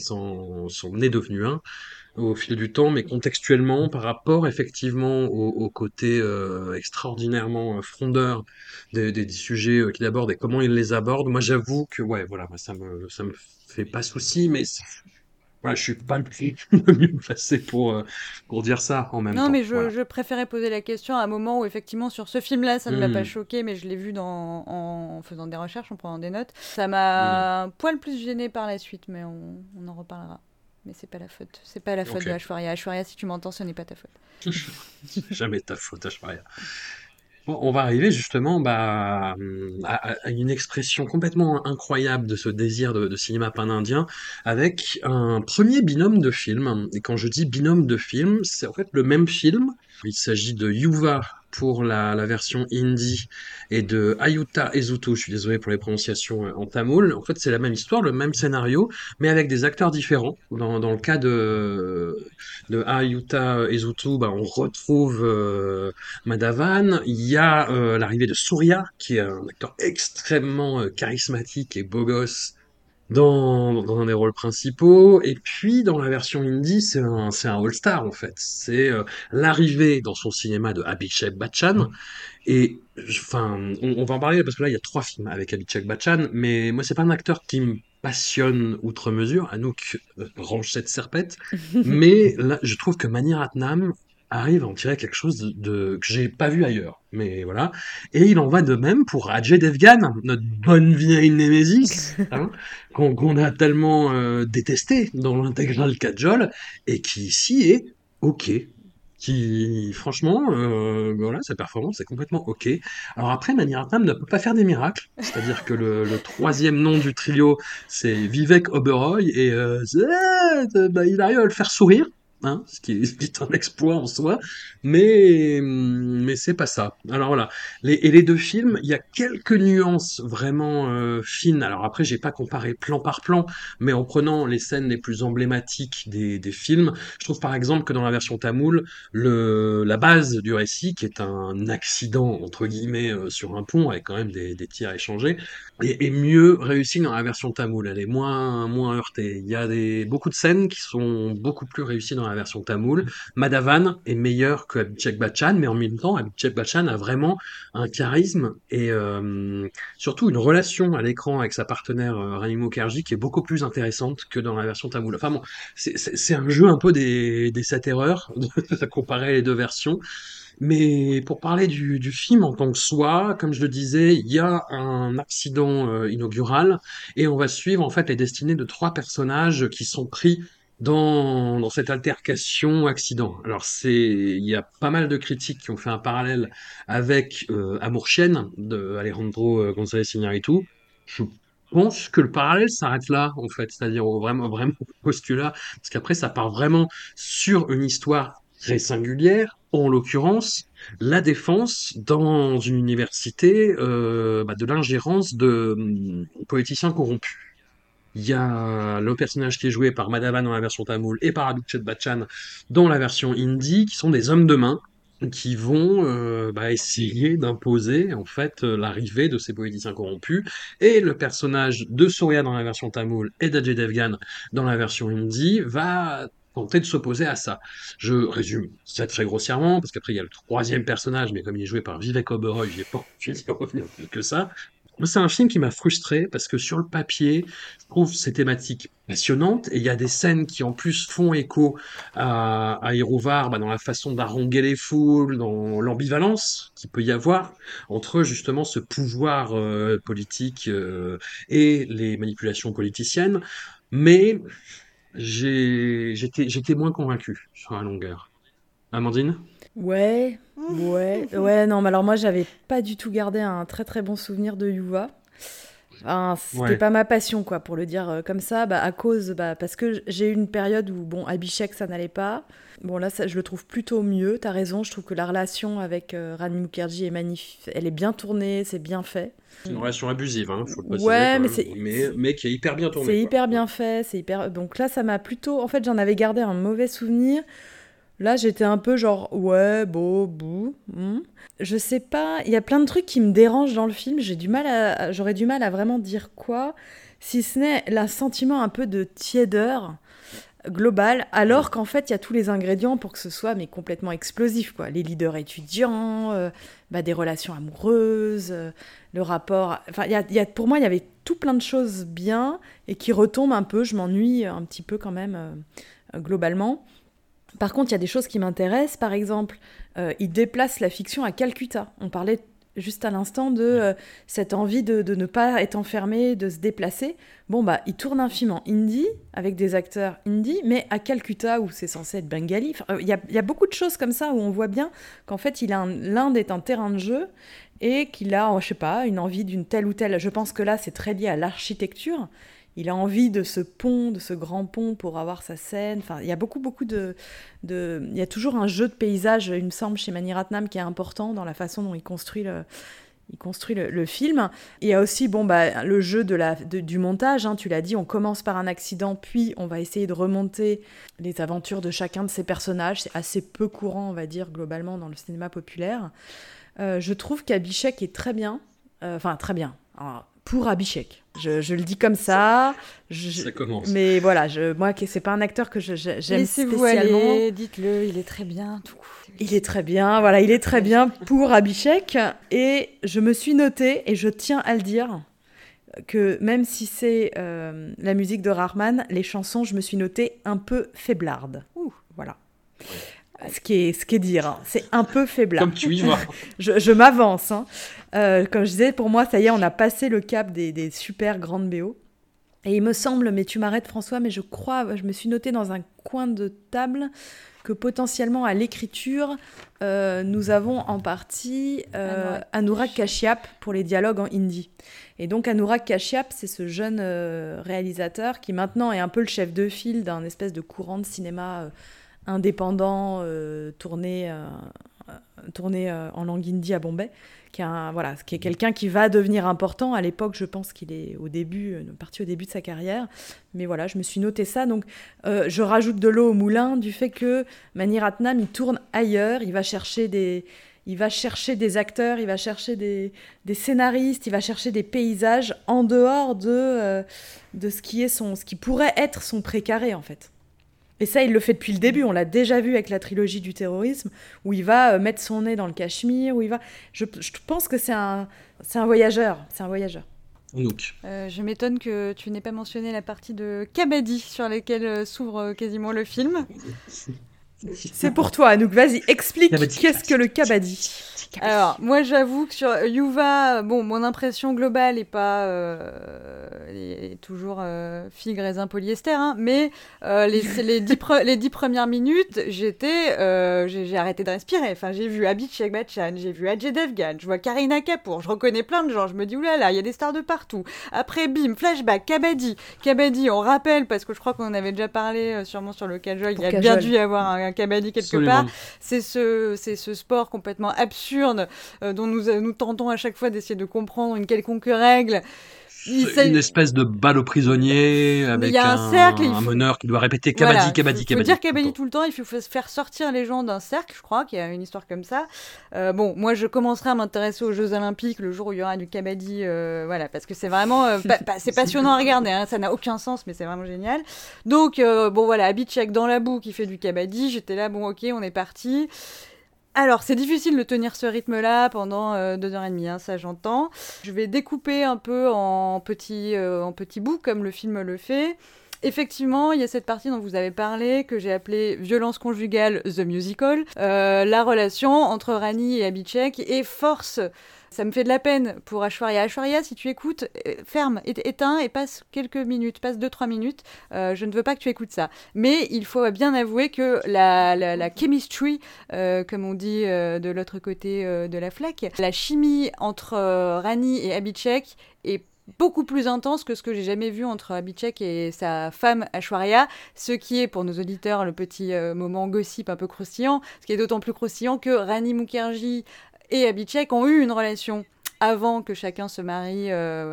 est devenu un au fil du temps, mais contextuellement, par rapport effectivement au côté extraordinairement frondeur des sujets qu'il aborde et comment il les aborde, moi j'avoue que moi, ça me fait pas souci, mais je suis pas le mieux placé pour dire ça en même temps. Non, mais je préférais poser la question à un moment où effectivement sur ce film-là, ça ne m'a pas choqué, mais je l'ai vu en faisant des recherches, en prenant des notes. Ça m'a un poil plus gêné par la suite, mais on en reparlera. Mais c'est pas la faute. C'est pas la faute de Aishwarya. Aishwarya, si tu m'entends, ce n'est pas ta faute. Jamais ta faute, Aishwarya. Bon, on va arriver justement à une expression complètement incroyable de ce désir de cinéma pan-indien avec un premier binôme de films. Et quand je dis binôme de films, c'est en fait le même film. Il s'agit de Yuva pour la version hindi et de Ayuta Ezutu, je suis désolé pour les prononciations en tamoul. En fait, c'est la même histoire, le même scénario, mais avec des acteurs différents. Dans le cas de Ayuta Ezutu, on retrouve Madhavan. Il y a l'arrivée de Surya, qui est un acteur extrêmement charismatique et beau gosse dans un des rôles principaux. Et puis dans la version indie, c'est un all-star en fait. C'est l'arrivée dans son cinéma de Abhishek Bachchan. Et on va en parler parce que là il y a 3 films avec Abhishek Bachchan, mais moi c'est pas un acteur qui me passionne outre mesure. Anouk range cette serpette, mais là je trouve que Mani Ratnam arrive à en tirer quelque chose que j'ai pas vu ailleurs. Mais voilà. Et il en va de même pour Ajay Devgan, notre bonne vieille Némésis, qu'on a tellement détesté dans l'intégrale Kajol, et qui ici est OK, qui, franchement, voilà, sa performance est complètement OK. Alors après, Mani Ratnam ne peut pas faire des miracles, c'est-à-dire que le troisième nom du trio, c'est Vivek Oberoi, et il arrive à le faire sourire, hein, ce qui est un exploit en soi, mais c'est pas ça. Alors voilà, et les deux films, il y a quelques nuances vraiment fines. Alors après, j'ai pas comparé plan par plan, mais en prenant les scènes les plus emblématiques des films, je trouve par exemple que dans la version tamoule, la base du récit, qui est un accident entre guillemets sur un pont avec quand même des tirs échangés, est mieux réussie dans la version tamoule. Elle est moins heurtée. Il y a beaucoup de scènes qui sont beaucoup plus réussies dans la version tamoule. Madhavan est meilleur que Abhishek Bachchan, mais en même temps, Abhishek Bachchan a vraiment un charisme et surtout une relation à l'écran avec sa partenaire Rani Mukherjee qui est beaucoup plus intéressante que dans la version tamoule. Enfin bon, c'est un jeu un peu des 7 erreurs de comparer les deux versions. Mais pour parler du film en tant que soi, comme je le disais, il y a un accident inaugural et on va suivre en fait les destinées de 3 personnages qui sont pris dans cette altercation accident. Alors il y a pas mal de critiques qui ont fait un parallèle avec Amour Chienne de Alejandro González Iñárritu. Je pense que le parallèle s'arrête là en fait, c'est-à-dire vraiment au postulat, parce qu'après ça part vraiment sur une histoire très singulière, en l'occurrence la défense dans une université de l'ingérence de politiciens corrompus. Il y a le personnage qui est joué par Madhavan dans la version tamoule et par Abhishek Bachchan dans la version hindi, qui sont des hommes de main qui vont essayer d'imposer en fait l'arrivée de ces politiciens corrompus, et le personnage de Surya dans la version tamoule et d'Ajay Devgan dans la version hindi va tenter de s'opposer à ça. Je résume ça très grossièrement, parce qu'après il y a le troisième personnage, mais comme il est joué par Vivek Oberoi, j'ai pas envie d'y revenir plus que ça. C'est un film qui m'a frustré parce que sur le papier, je trouve ces thématiques passionnantes, et il y a des scènes qui en plus font écho à Iruvar, dans la façon d'haranguer les foules, dans l'ambivalence qu'il peut y avoir entre justement ce pouvoir politique et les manipulations politiciennes. Mais j'étais moins convaincu sur la longueur. Amandine ? Ouais, non, mais alors moi, j'avais pas du tout gardé un très très bon souvenir de Yuva. Enfin, c'était pas ma passion, quoi, pour le dire comme ça, à cause, parce que j'ai eu une période où, bon, Abhishek, ça n'allait pas. Bon, là, je le trouve plutôt mieux, t'as raison, je trouve que la relation avec Rani Mukherjee est magnifique, elle est bien tournée, c'est bien fait. C'est une relation abusive, hein, faut le préciser. Ouais, mais qui est hyper bien tournée. C'est hyper bien fait, donc là, ça m'a plutôt... En fait, j'en avais gardé un mauvais souvenir. Là, j'étais un peu genre, ouais, bou. Je sais pas, il y a plein de trucs qui me dérangent dans le film. J'aurais du mal à vraiment dire quoi, si ce n'est le sentiment un peu de tiédeur global, alors qu'en fait, il y a tous les ingrédients pour que ce soit complètement explosif, quoi. Les leaders étudiants, des relations amoureuses, le rapport... Enfin, pour moi, il y avait tout plein de choses bien et qui retombent un peu. Je m'ennuie un petit peu quand même, globalement. Par contre, il y a des choses qui m'intéressent. Par exemple, il déplace la fiction à Calcutta. On parlait juste à l'instant de cette envie de ne pas être enfermé, de se déplacer. Bon, il tourne un film en hindi, avec des acteurs hindi, mais à Calcutta, où c'est censé être bengali. Il y a beaucoup de choses comme ça, où on voit bien qu'en fait, l'Inde est un terrain de jeu, et qu'il a, je sais pas, une envie d'une telle ou telle... Je pense que là, c'est très lié à l'architecture. Il a envie de ce pont, de ce grand pont pour avoir sa scène. Enfin, il y a beaucoup de... Il y a toujours un jeu de paysage, il me semble, chez Mani Ratnam, qui est important dans la façon dont il construit le film. Il y a aussi le jeu du montage, hein, tu l'as dit, on commence par un accident, puis on va essayer de remonter les aventures de chacun de ces personnages. C'est assez peu courant, on va dire, globalement, dans le cinéma populaire. Je trouve qu'Abhishek est très bien. Très bien. Alors, pour Abhishek. Je le dis comme ça. Ça commence. Mais voilà, moi, c'est pas un acteur que j'aime Laissez-vous spécialement. aller, dites-le, il est très bien. Tout. Il est très bien, voilà, il est très bien pour Abhishek. Et je me suis notée, et je tiens à le dire, que même si c'est la musique de Rahman, les chansons, je me suis notée un peu faiblardes. Voilà. Ce qui est dire, hein. C'est un peu faiblard. Comme tu y vas. je m'avance. Hein. Comme je disais, pour moi, ça y est, on a passé le cap des super grandes BO. Et il me semble, mais tu m'arrêtes François, mais je crois, je me suis notée dans un coin de table que potentiellement à l'écriture, nous avons en partie Anurag Kashyap pour les dialogues en hindi. Et donc Anurag Kashyap, c'est ce jeune réalisateur qui maintenant est un peu le chef de file d'un espèce de courant de cinéma indépendant tourné en langue hindi à Bombay, qui est quelqu'un qui va devenir important. À l'époque, je pense qu'il est parti au début de sa carrière. Mais voilà, je me suis noté ça. Donc, je rajoute de l'eau au moulin du fait que Mani Ratnam, il tourne ailleurs. Il va chercher des acteurs, il va chercher des scénaristes, il va chercher des paysages en dehors de ce qui pourrait être son précaré, en fait. Et ça, il le fait depuis le début. On l'a déjà vu avec la trilogie du terrorisme, où il va mettre son nez dans le Cachemire, où il va... Je pense que c'est un voyageur. C'est un voyageur. Je m'étonne que tu n'aies pas mentionné la partie de Kabaddi sur laquelle s'ouvre quasiment le film. C'est pour toi, Anouk. Vas-y, explique qu'est-ce que le Kabaddi. Alors, moi, j'avoue que sur Yuva, mon impression globale est toujours figue, raisin, polyester, hein, mais les 10 premières minutes, j'ai arrêté de respirer. Enfin, j'ai vu Abhishek Bachchan, j'ai vu Ajay Devgan, je vois Kareena Kapoor, je reconnais plein de gens, je me dis oulala, il y a des stars de partout. Après, bim, flashback, Kabaddi, on rappelle, parce que je crois qu'on en avait déjà parlé sûrement sur le Kajol, il y a bien dû y avoir un Kabaddi quelque part. C'est ce sport complètement absurde dont nous tentons à chaque fois d'essayer de comprendre une quelconque règle. Une espèce de balle aux prisonniers avec un meneur qui doit répéter Kabaddi, Kabaddi, Kabaddi. Il faut dire Kabaddi tout le temps, il faut faire sortir les gens d'un cercle, je crois qu'il y a une histoire comme ça. Moi je commencerai à m'intéresser aux Jeux Olympiques le jour où il y aura du Kabaddi, parce que c'est vraiment c'est passionnant à regarder, hein, ça n'a aucun sens mais c'est vraiment génial. Donc Abhishek dans la boue qui fait du Kabaddi, j'étais là, ok, on est parti. Alors, c'est difficile de tenir ce rythme-là pendant 2h30, hein, ça j'entends. Je vais découper un peu en petits bouts, comme le film le fait. Effectivement, il y a cette partie dont vous avez parlé, que j'ai appelée « Violence conjugale, The Musical », la relation entre Rani et Abhishek, et force... Ça me fait de la peine pour Aishwarya. Aishwarya, si tu écoutes, ferme, éteins et passe quelques minutes, passe 2-3 minutes. Je ne veux pas que tu écoutes ça. Mais il faut bien avouer que la chemistry, comme on dit de l'autre côté de la flaque, la chimie entre Rani et Abhishek est beaucoup plus intense que ce que j'ai jamais vu entre Abhishek et sa femme Aishwarya, ce qui est pour nos auditeurs le petit moment gossip un peu croustillant, ce qui est d'autant plus croustillant que Rani Mukherjee et Abhishek ont eu une relation avant que chacun se marie,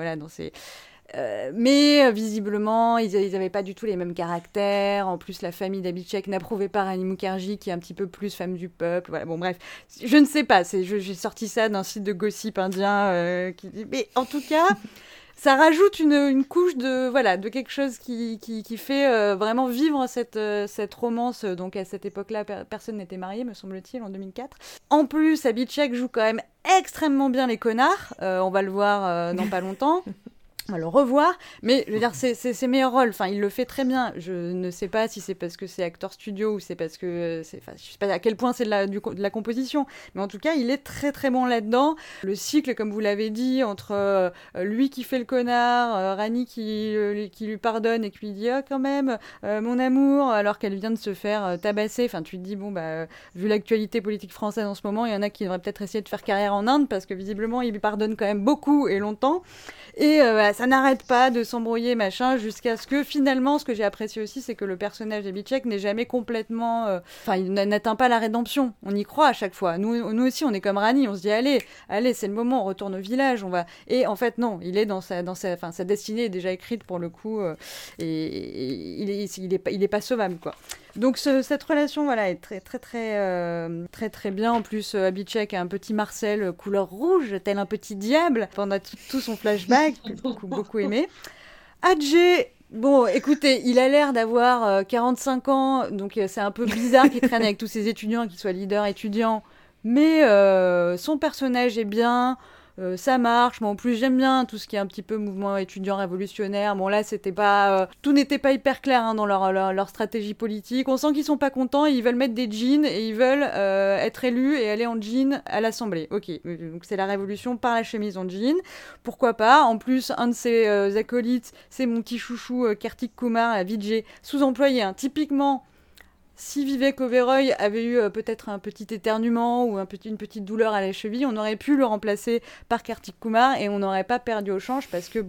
mais visiblement, ils n'avaient pas du tout les mêmes caractères. En plus, la famille d'Abhishek n'approuvait pas Rani Mukherjee, qui est un petit peu plus femme du peuple. Voilà, bon, bref, je ne sais pas. J'ai sorti ça d'un site de gossip indien mais en tout cas... Ça rajoute une couche de quelque chose qui fait vraiment vivre cette romance. Donc à cette époque-là, personne n'était marié, me semble-t-il, en 2004. En plus, Abhishek joue quand même extrêmement bien les connards. On va le voir dans pas longtemps. On va le revoir, mais je veux dire, c'est ses meilleurs rôles. Enfin, il le fait très bien. Je ne sais pas si c'est parce que c'est acteur studio ou c'est parce que je sais pas à quel point c'est de la composition, mais en tout cas, il est très très bon là-dedans. Le cycle, comme vous l'avez dit, entre lui qui fait le connard, Rani qui lui pardonne et qui lui dit quand même mon amour, alors qu'elle vient de se faire tabasser. Enfin, tu te dis vu l'actualité politique française en ce moment, il y en a qui devraient peut-être essayer de faire carrière en Inde parce que visiblement, il lui pardonne quand même beaucoup et longtemps. Et ça n'arrête pas de s'embrouiller, jusqu'à ce que finalement, ce que j'ai apprécié aussi, c'est que le personnage d'Abhishek n'est jamais complètement... il n'atteint pas la rédemption. On y croit à chaque fois. Nous aussi, on est comme Rani, on se dit, allez, c'est le moment, on retourne au village, on va... Et en fait, non, il est sa destinée est déjà écrite pour le coup, et il est pas sauvable, quoi. Donc cette relation est très très très très très bien. En plus Abhishek a un petit Marcel couleur rouge tel un petit diable pendant tout son flashback, que j'ai beaucoup aimé. Ajay, écoutez, il a l'air d'avoir 45 ans, donc c'est un peu bizarre qu'il traîne avec tous ces étudiants, qu'il soit leader étudiant, mais son personnage est bien. Ça marche, mais en plus j'aime bien tout ce qui est un petit peu mouvement étudiant révolutionnaire. Là c'était pas tout n'était pas hyper clair dans leur stratégie politique. On sent qu'ils sont pas contents, ils veulent mettre des jeans et ils veulent être élus et aller en jean à l'Assemblée. Ok, donc c'est la révolution par la chemise en jean, pourquoi pas. En plus un de ses acolytes, c'est mon petit chouchou Kartik Kumar, Vijay, sous-employé, typiquement Si Vivek Oberoi avait eu peut-être un petit éternuement ou une petite douleur à la cheville, on aurait pu le remplacer par Kartik Kumar et on n'aurait pas perdu au change parce que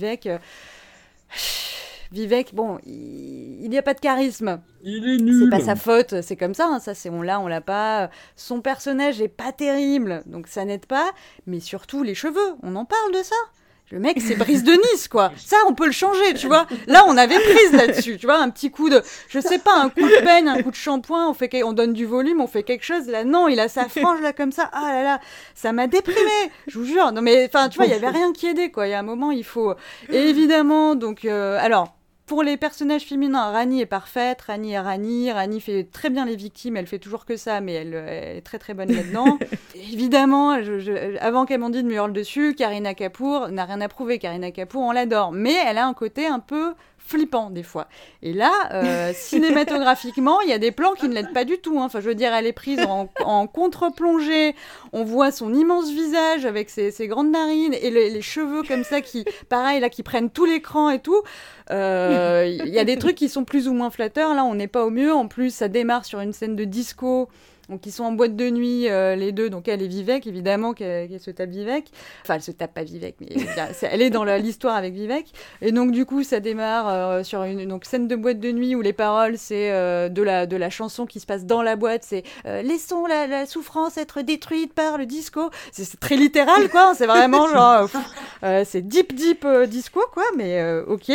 Vivek, bon, il n'y a pas de charisme. Il est nul. C'est pas sa faute, c'est comme ça. Hein, ça, on l'a pas. Son personnage est pas terrible, donc ça n'aide pas. Mais surtout les cheveux, on en parle de ça. Le mec, c'est Brice de Nice, quoi. Ça, on peut le changer, tu vois. Là, on avait prise là-dessus, tu vois. Un petit coup de, je sais pas, un coup de peigne, un coup de shampoing, on donne du volume, on fait quelque chose. Là, non, il a sa frange, là, comme ça. Ah là là, ça m'a déprimée, je vous jure. Non, mais, enfin, tu vois, il y avait rien qui aidait, quoi. Il y a un moment, il faut... Et évidemment, donc, alors... Pour les personnages féminins, Rani est parfaite, Rani est Rani. Rani fait très bien les victimes, elle fait toujours que ça, mais elle est très très bonne là-dedans. Évidemment, avant qu'Amandine me hurle dessus, Kareena Kapoor n'a rien à prouver. Kareena Kapoor, on l'adore, mais elle a un côté un peu flippant des fois. Et là, cinématographiquement, il y a des plans qui ne l'aident pas du tout. Hein. Enfin, je veux dire, elle est prise en contre-plongée. On voit son immense visage avec ses grandes narines et les cheveux comme ça qui, pareil, là, qui prennent tout l'écran et tout. Il y a des trucs qui sont plus ou moins flatteurs. Là, on n'est pas au mieux. En plus, ça démarre sur une scène de disco. Donc, ils sont en boîte de nuit, les deux. Donc, elle et Vivek, évidemment, qu'elle se tape Vivek. Enfin, elle se tape pas Vivek, mais elle est dans l'histoire avec Vivek. Et donc, du coup, ça démarre sur une scène de boîte de nuit où les paroles, c'est de la chanson qui se passe dans la boîte. C'est laissons la souffrance être détruite par le disco. C'est très littéral, quoi. C'est vraiment genre... c'est deep disco, quoi. Mais ok.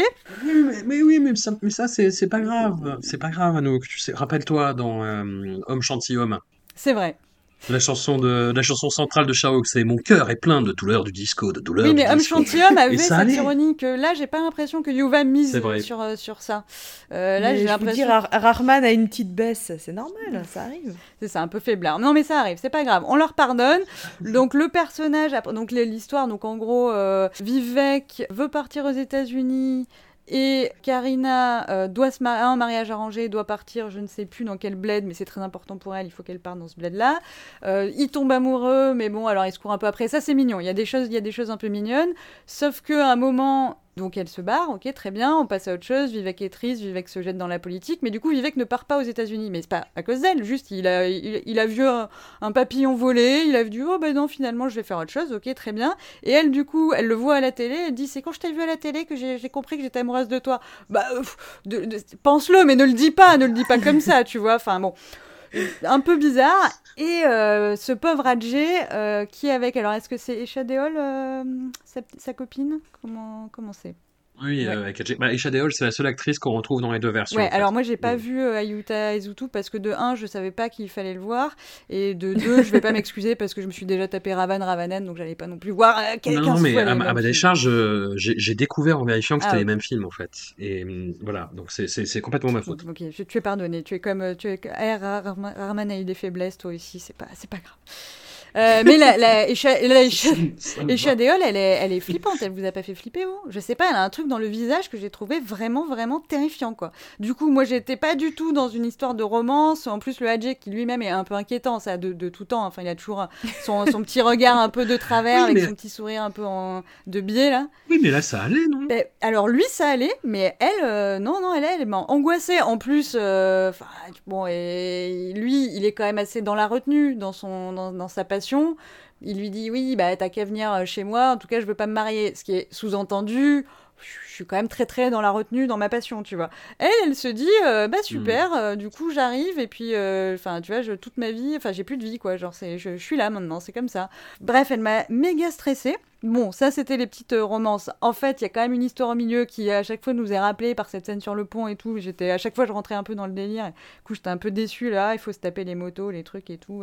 Mais ça c'est pas grave. C'est pas grave, Anouk. Tu sais, rappelle-toi dans Homme Gentilhomme. C'est vrai. La chanson centrale de Chao, c'est mon cœur est plein de douleurs du disco, de douleurs du disco. Oui, mais Homme Gentilhomme avait cette ironie que là, j'ai pas l'impression que Yuva mise sur ça. Là, j'ai l'impression. Rahman a une petite baisse, c'est normal, ça arrive. C'est ça, un peu faiblard. Non, mais ça arrive, c'est pas grave. On leur pardonne. Donc le personnage, donc l'histoire, donc en gros, Vivek veut partir aux États-Unis. Et Kareena doit se marier, un mariage arrangé, doit partir, je ne sais plus dans quel bled, mais c'est très important pour elle, il faut qu'elle parte dans ce bled-là. Il tombe amoureux, mais bon, alors il se court un peu après. Ça, c'est mignon, il y a des choses un peu mignonnes. Sauf qu'à un moment, donc elle se barre, ok, très bien, on passe à autre chose. Vivek est triste, Vivek se jette dans la politique, mais du coup, Vivek ne part pas aux États-Unis. Mais c'est pas à cause d'elle, juste il a vu un papillon voler, il a dit, oh ben non, finalement, je vais faire autre chose, ok, très bien. Et elle, du coup, elle le voit à la télé, elle dit, c'est quand je t'ai vu à la télé que j'ai compris que j'étais amoureuse de toi. Bah, pense-le, mais ne le dis pas comme ça, tu vois, enfin bon. Un peu bizarre. Et ce pauvre Adjé qui est avec... Alors, est-ce que c'est Esha Deol, sa copine ? Comment c'est ? Oui, ouais. Avec Adjé. Esha Deol, c'est la seule actrice qu'on retrouve dans les deux versions. Ouais, en fait. Alors moi, j'ai pas vu Ayuta Ezutu parce que de 1, je savais pas qu'il fallait le voir. Et de 2, je vais pas m'excuser parce que je me suis déjà tapé Ravanen, donc j'allais pas non plus voir quelqu'un. Non, mais à ma décharge, j'ai découvert en vérifiant que c'était les mêmes films, en fait. Et voilà, donc c'est complètement ma faute. Ok, tu es pardonné. Rahman a eu des faiblesses, toi aussi, c'est pas grave. Mais la Esha Deol, elle est flippante. Elle vous a pas fait flipper, vous ? Je sais pas, elle a un truc dans le visage que j'ai trouvé vraiment, vraiment terrifiant, quoi. Du coup, moi, j'étais pas du tout dans une histoire de romance. En plus, le Adjé, qui lui-même est un peu inquiétant, ça, de tout temps. Enfin, il a toujours son petit regard un peu de travers, avec son petit sourire un peu de biais, là. Oui, mais là, ça allait, non ? Alors, lui, ça allait, mais elle, non, elle m'a angoissée. En plus, bon, et lui, il est quand même assez dans la retenue, dans sa passion. Il lui dit oui, bah t'as qu'à venir chez moi, en tout cas je veux pas me marier, ce qui est sous-entendu, je suis quand même très très dans la retenue, dans ma passion, tu vois. Elle se dit bah super, du coup j'arrive et puis enfin tu vois, toute ma vie, enfin j'ai plus de vie quoi, genre je suis là maintenant, c'est comme ça. Bref, elle m'a méga stressée. Bon, ça c'était les petites romances. En fait, il y a quand même une histoire au milieu qui à chaque fois nous est rappelée par cette scène sur le pont et tout. À chaque fois je rentrais un peu dans le délire. Et, du coup j'étais un peu déçue là, il faut se taper les motos, les trucs et tout.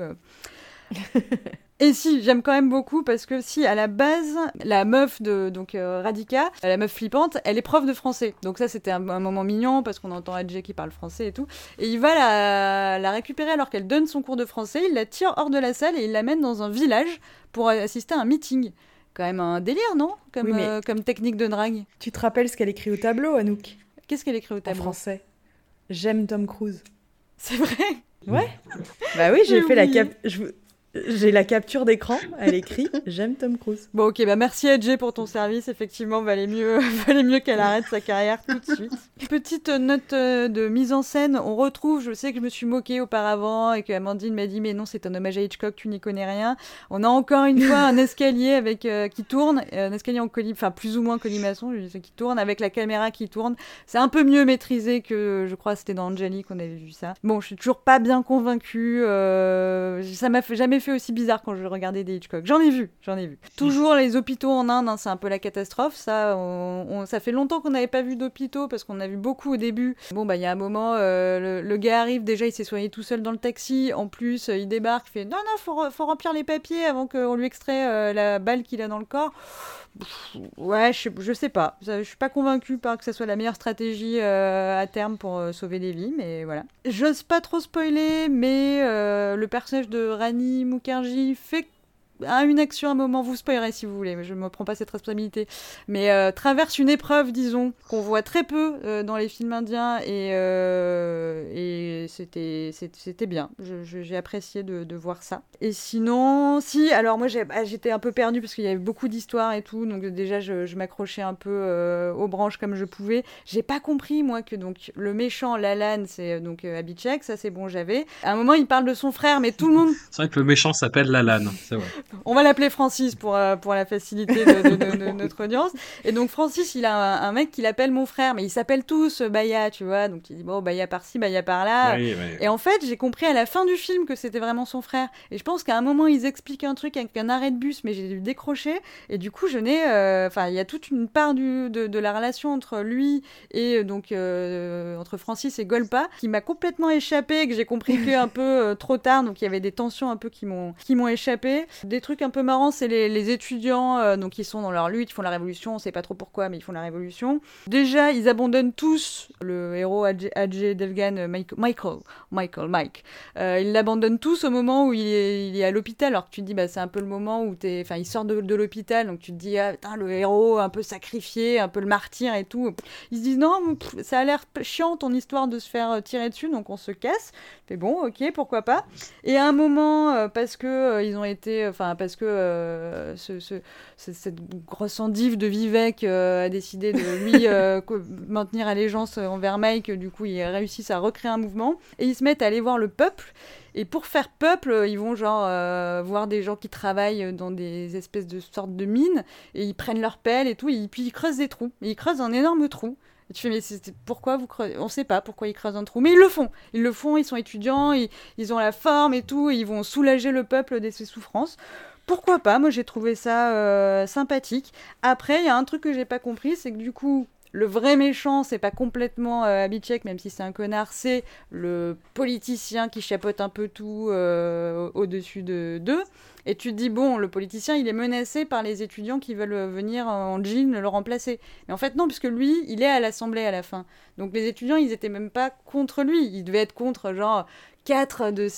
Et si, j'aime quand même beaucoup parce que si, à la base, la meuf de Radhika, la meuf flippante, elle est prof de français. Donc ça, c'était un moment mignon parce qu'on entend Adjé qui parle français et tout. Et il va la récupérer alors qu'elle donne son cours de français, il la tire hors de la salle et il l'amène dans un village pour assister à un meeting. Quand même un délire, non ? Comme technique de drague. Tu te rappelles ce qu'elle écrit au tableau, Anouk ? Qu'est-ce qu'elle écrit au tableau ? En français. J'aime Tom Cruise. C'est vrai ? Ouais. Bah oui, j'ai fait la J'ai la capture d'écran, elle écrit « J'aime Tom Cruise ». Bon, ok, bah merci Edge pour ton service. Effectivement, valait mieux qu'elle arrête sa carrière tout de suite. Petite note de mise en scène. On retrouve, je sais que je me suis moquée auparavant et que Amandine m'a dit « Mais non, c'est un hommage à Hitchcock, tu n'y connais rien ». On a encore une fois un escalier avec qui tourne, un escalier en enfin plus ou moins colimaçon, je sais, qui tourne, avec la caméra qui tourne. C'est un peu mieux maîtrisé que, je crois, c'était dans Angelique qu'on avait vu ça. Bon, je suis toujours pas bien convaincue. Ça m'a jamais fait aussi bizarre quand je regardais des Hitchcock. J'en ai vu. Toujours les hôpitaux en Inde, hein, c'est un peu la catastrophe. Ça, ça fait longtemps qu'on n'avait pas vu d'hôpitaux parce qu'on a vu beaucoup au début. Bon, bah, il y a un moment, le gars arrive, déjà, il s'est soigné tout seul dans le taxi. En plus, il débarque, il fait non, faut remplir les papiers avant qu'on lui extrait la balle qu'il a dans le corps. Ouais, je sais pas. Je suis pas convaincue par que ça soit la meilleure stratégie à terme pour sauver des vies, mais voilà. J'ose pas trop spoiler, mais le personnage de Rani Mukherjee fait une action à un moment, vous spoilerez si vous voulez, mais je ne me prends pas cette responsabilité, mais traverse une épreuve, disons, qu'on voit très peu dans les films indiens, et c'était bien. J'ai apprécié de voir ça. Et sinon, alors moi j'étais un peu perdue parce qu'il y avait beaucoup d'histoires et tout, donc déjà je m'accrochais un peu aux branches comme je pouvais. J'ai pas compris, moi, que donc le méchant, Lalan, c'est donc Abhishek, ça c'est bon, j'avais. À un moment, il parle de son frère, mais tout le monde... C'est vrai que le méchant s'appelle Lalan, c'est vrai. On va l'appeler Francis pour la facilité de notre audience. Et donc Francis, il a un mec qui l'appelle mon frère, mais ils s'appellent tous Baya, tu vois. Donc il dit bon, Baya par-ci, Baya par-là. Oui. Et en fait, j'ai compris à la fin du film que c'était vraiment son frère. Et je pense qu'à un moment, ils expliquent un truc avec un arrêt de bus, mais j'ai dû décrocher. Et du coup, il y a toute une part de la relation entre lui et donc entre Francis et Golpa qui m'a complètement échappé et que j'ai compris qu'un peu trop tard. Donc il y avait des tensions un peu qui m'ont échappé. Des trucs un peu marrants, c'est les étudiants donc ils sont dans leur lutte, ils font la révolution, on sait pas trop pourquoi, mais ils font la révolution. Déjà, ils abandonnent tous le héros Ajay Devgan, Mike. Ils l'abandonnent tous au moment où il est à l'hôpital, alors que tu te dis, bah, c'est un peu le moment où il sort de l'hôpital, donc tu te dis, ah, putain, le héros un peu sacrifié, un peu le martyr et tout. Ils se disent, non, ça a l'air chiant ton histoire de se faire tirer dessus, donc on se casse. Mais bon, ok, pourquoi pas. Et à un moment, parce que ils ont été... parce que cette grosse endive de Vivek a décidé de lui maintenir allégeance envers Mike, du coup ils réussissent à recréer un mouvement et ils se mettent à aller voir le peuple. Et pour faire peuple, ils vont voir des gens qui travaillent dans des espèces de sortes de mines et ils prennent leur pelle et tout, et puis ils creusent des trous. Et ils creusent un énorme trou. Et tu fais, mais pourquoi vous creusez ? On sait pas pourquoi ils creusent un trou, mais ils le font, ils sont étudiants, ils ont la forme et tout, et ils vont soulager le peuple de ses souffrances. Pourquoi pas ? Moi j'ai trouvé ça sympathique. Après, il y a un truc que j'ai pas compris, c'est que du coup, le vrai méchant, c'est pas complètement Abhishek, même si c'est un connard, c'est le politicien qui chapeaute un peu tout au-dessus d'eux. Et tu te dis, bon, le politicien, il est menacé par les étudiants qui veulent venir en jean le remplacer. Mais en fait, non, puisque lui, il est à l'Assemblée à la fin. Donc les étudiants, ils étaient même pas contre lui. Ils devaient être contre, 4 de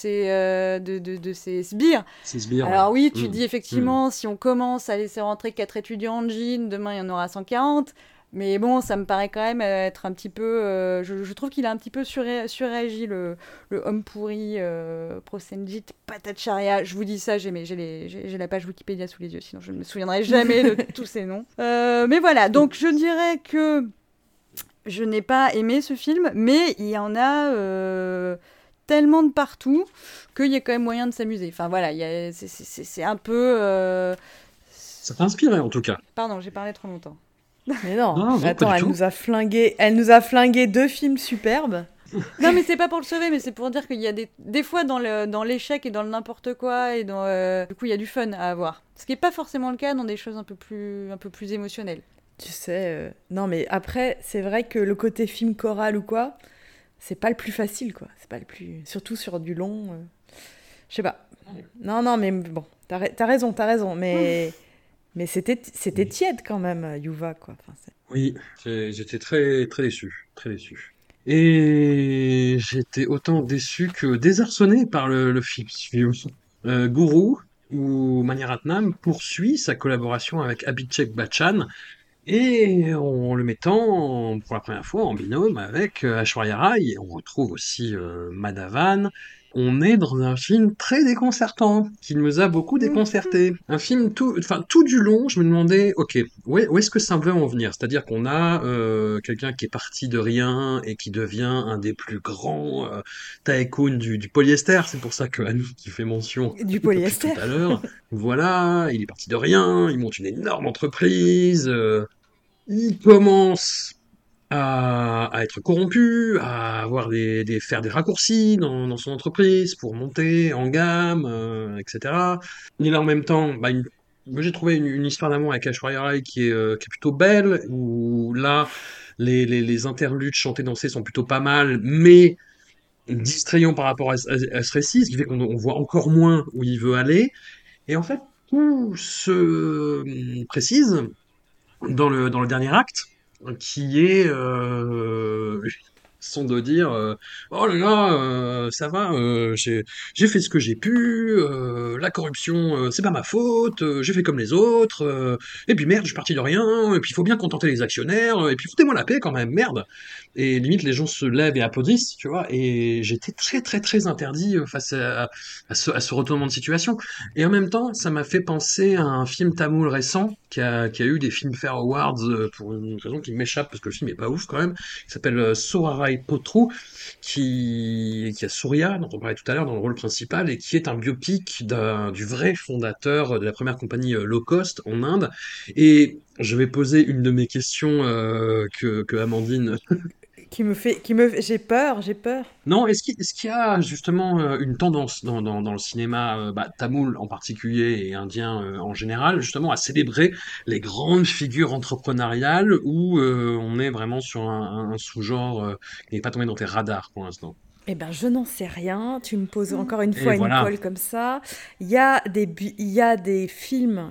ces sbires. Alors oui, tu dis effectivement, si on commence à laisser rentrer 4 étudiants en jean, demain, il y en aura 140. Mais bon, ça me paraît quand même être un petit peu... je trouve qu'il a un petit peu surréagi, le homme pourri, Prosenjit Bhattacharya. Je vous dis ça, j'ai la page Wikipédia sous les yeux, sinon je ne me souviendrai jamais de tous ces noms. Mais voilà, donc je dirais que je n'ai pas aimé ce film, mais il y en a tellement de partout qu'il y a quand même moyen de s'amuser. Enfin voilà, c'est un peu... Ça t'a inspiré en tout cas. Pardon, j'ai parlé trop longtemps. Mais non, attends, elle nous a flingué 2 films superbes. Non, mais c'est pas pour le sauver, mais c'est pour dire qu'il y a des fois dans l'échec et dans le n'importe quoi, et du coup il y a du fun à avoir. Ce qui est pas forcément le cas dans des choses un peu plus émotionnelles. Tu sais, non mais après, c'est vrai que le côté film choral ou quoi, c'est pas le plus facile, quoi. C'est pas le plus... Surtout sur du long. Je sais pas. Non, mais bon, t'as raison, mais... Mais c'était tiède quand même, Yuva, quoi. Oui, j'étais très, très déçu, très déçu. Et j'étais autant déçu que désarçonné par le film. Guru, où Maniratnam poursuit sa collaboration avec Abhishek Bachchan, et en le mettant pour la première fois en binôme avec Aishwarya Rai. Et on retrouve aussi Madhavan. on est dans un film très déconcertant, qui nous a beaucoup déconcertés. Un film tout du long, je me demandais, ok, où est-ce que ça veut en venir? C'est-à-dire qu'on a quelqu'un qui est parti de rien et qui devient un des plus grands tycoons du polyester. C'est pour ça que Annie qui fait mention Du depuis polyester. tout à l'heure. Voilà, il est parti de rien, il monte une énorme entreprise, il commence à être corrompu, à avoir faire des raccourcis dans son entreprise pour monter en gamme, etc. Il a en même temps, moi, j'ai trouvé une histoire d'amour avec Aishwarya Rai qui est plutôt belle, où là, les interludes chantés dansés sont plutôt pas mal, mais distrayants par rapport à ce récit, ce qui fait qu'on voit encore moins où il veut aller. Et en fait, tout se précise dans le dernier acte, qui est son de dire oh là là, ça va, j'ai fait ce que j'ai pu, la corruption c'est pas ma faute, j'ai fait comme les autres, et puis merde, je suis parti de rien, et puis il faut bien contenter les actionnaires, et puis foutez-moi la paix quand même, merde. Et limite les gens se lèvent et applaudissent, tu vois, et j'étais très très très interdit face à ce retournement de situation. Et en même temps, ça m'a fait penser à un film tamoul récent qui a eu des Filmfare Awards pour une raison qui m'échappe parce que le film est pas ouf quand même, qui s'appelle Sorarai Potru, qui a Surya, dont on parlait tout à l'heure, dans le rôle principal, et qui est un biopic du vrai fondateur de la première compagnie low cost en Inde. Et je vais poser une de mes questions que Amandine J'ai peur. Non, est-ce qu'il y a justement une tendance dans le cinéma tamoul en particulier et indien en général, justement à célébrer les grandes figures entrepreneuriales où on est vraiment sur un sous-genre qui n'est pas tombé dans tes radars pour l'instant? Eh ben, je n'en sais rien. Tu me poses encore une fois Et une voilà. colle comme ça. Il y a des films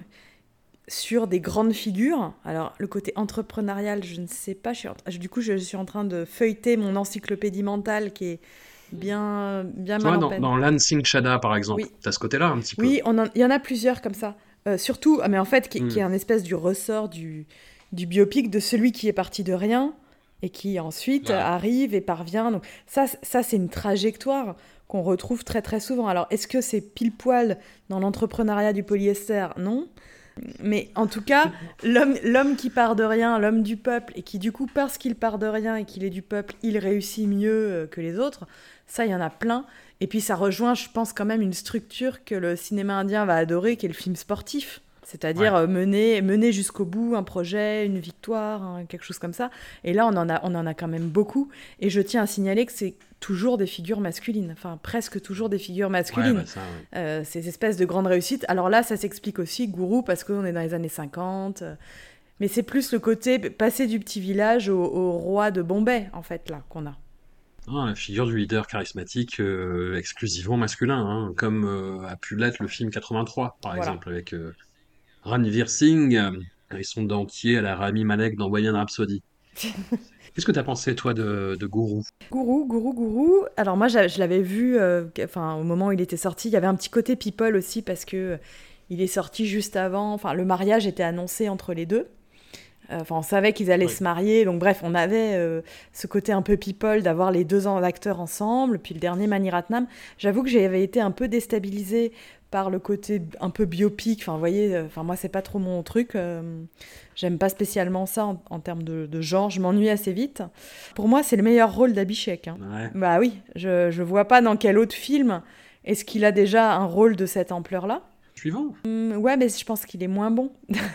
sur des grandes figures. Alors, le côté entrepreneurial, je ne sais pas. Du coup, je suis en train de feuilleter mon encyclopédie mentale qui est bien Tu mal vois, en dans, peine. dans Lansing Chadha, par exemple, Oui. t'as ce côté-là un petit peu. Oui, il y en a plusieurs comme ça. Surtout, mais en fait, qui est un espèce du ressort du biopic de celui qui est parti de rien et qui ensuite Voilà. arrive et parvient. Donc ça c'est une trajectoire qu'on retrouve très très souvent. Alors, est-ce que c'est pile poil dans l'entrepreneuriat du polyester? Non. Mais en tout cas, l'homme qui part de rien, l'homme du peuple, et qui du coup, parce qu'il part de rien et qu'il est du peuple, il réussit mieux que les autres, ça, il y en a plein. Et puis ça rejoint, je pense, quand même une structure que le cinéma indien va adorer, qui est le film sportif. C'est-à-dire mener jusqu'au bout un projet, une victoire, quelque chose comme ça. Et là, on en a quand même beaucoup. Et je tiens à signaler que c'est toujours des figures masculines. Enfin, presque toujours des figures masculines. Ces espèces de grandes réussites. Alors là, ça s'explique aussi, Gourou, parce qu'on est dans les années 50. Mais c'est plus le côté passer du petit village au roi de Bombay, en fait, là, qu'on a. La figure du leader charismatique exclusivement masculin, hein, comme a pu l'être le film 83, par exemple, avec Ranveer Singh et son dentier à la Rami Malek dans Bohemian Rhapsody. Qu'est-ce que t'as pensé, toi, de Gourou? Gourou. Alors moi, je l'avais vu, au moment où il était sorti, il y avait un petit côté people aussi, parce que il est sorti juste avant, enfin, le mariage était annoncé entre les deux. On savait qu'ils allaient se marier, donc bref, on avait ce côté un peu people d'avoir les deux acteurs ensemble. Puis le dernier, Mani Ratnam, j'avoue que j'avais été un peu déstabilisée par le côté un peu biopic. Enfin, vous voyez, moi, c'est pas trop mon truc. J'aime pas spécialement ça en termes de genre. Je m'ennuie assez vite. Pour moi, c'est le meilleur rôle d'Abhishek. Hein. Ouais. Bah oui, je vois pas dans quel autre film est-ce qu'il a déjà un rôle de cette ampleur-là. Suivant. Ouais, mais je pense qu'il est moins bon.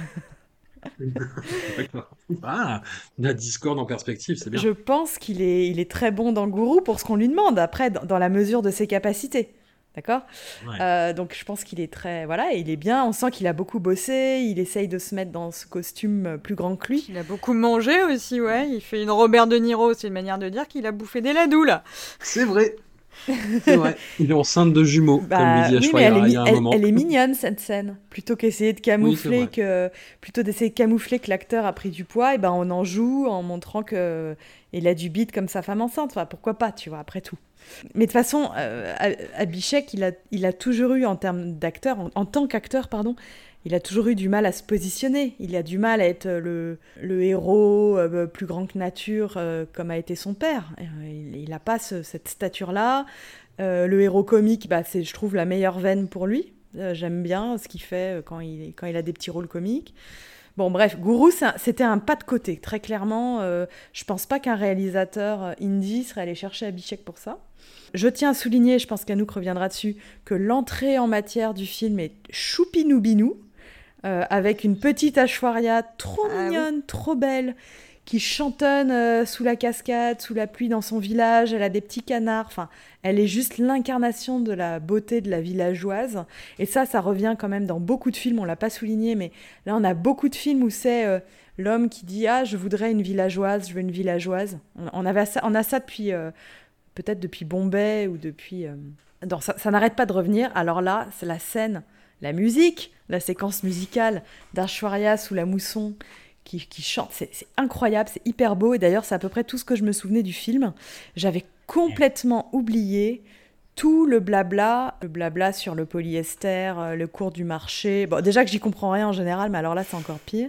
La discorde en perspective, c'est bien. Je pense qu'il est très bon dans Gourou pour ce qu'on lui demande, après, dans la mesure de ses capacités. D'accord ? Donc je pense qu'il est très... Voilà, et il est bien, on sent qu'il a beaucoup bossé, il essaye de se mettre dans ce costume plus grand que lui. Il a beaucoup mangé aussi, ouais. Il fait une Robert De Niro, c'est une manière de dire qu'il a bouffé des ladous, là. C'est vrai. C'est vrai. Il est enceinte de jumeaux, comme lui dit Aishwarya il y a un moment. Elle est mignonne, cette scène. Plutôt d'essayer de camoufler que l'acteur a pris du poids, et ben on en joue en montrant qu'il a du bide comme sa femme enceinte. Enfin, pourquoi pas, tu vois, après tout. Mais de toute façon, Abhishek, il a toujours eu, en termes d'acteur, en tant qu'acteur, pardon, il a toujours eu du mal à se positionner. Il a du mal à être le héros plus grand que nature, comme a été son père. Il n'a pas cette stature-là. Le héros comique, c'est, je trouve, la meilleure veine pour lui. J'aime bien ce qu'il fait quand il a des petits rôles comiques. Bon, bref, Guru, c'était un pas de côté. Très clairement, je pense pas qu'un réalisateur indie serait allé chercher Abhishek pour ça. Je tiens à souligner, je pense qu'Anouk reviendra dessus, que l'entrée en matière du film est choupinou-binou, avec une petite Aishwarya trop mignonne, trop belle, qui chantonne sous la cascade, sous la pluie dans son village. Elle a des petits canards. Enfin, elle est juste l'incarnation de la beauté de la villageoise. Et ça revient quand même dans beaucoup de films. On l'a pas souligné, mais là, on a beaucoup de films où c'est l'homme qui dit « Ah, je voudrais une villageoise, je veux une villageoise ». On a ça depuis, peut-être depuis Bombay ou depuis... ça n'arrête pas de revenir. Alors là, c'est la scène, la musique, la séquence musicale d'Aishwarya sous la mousson qui chante, c'est incroyable, c'est hyper beau, et d'ailleurs c'est à peu près tout ce que je me souvenais du film. J'avais complètement oublié tout le blabla sur le polyester, le cours du marché. Bon, déjà que j'y comprends rien en général, mais alors là c'est encore pire.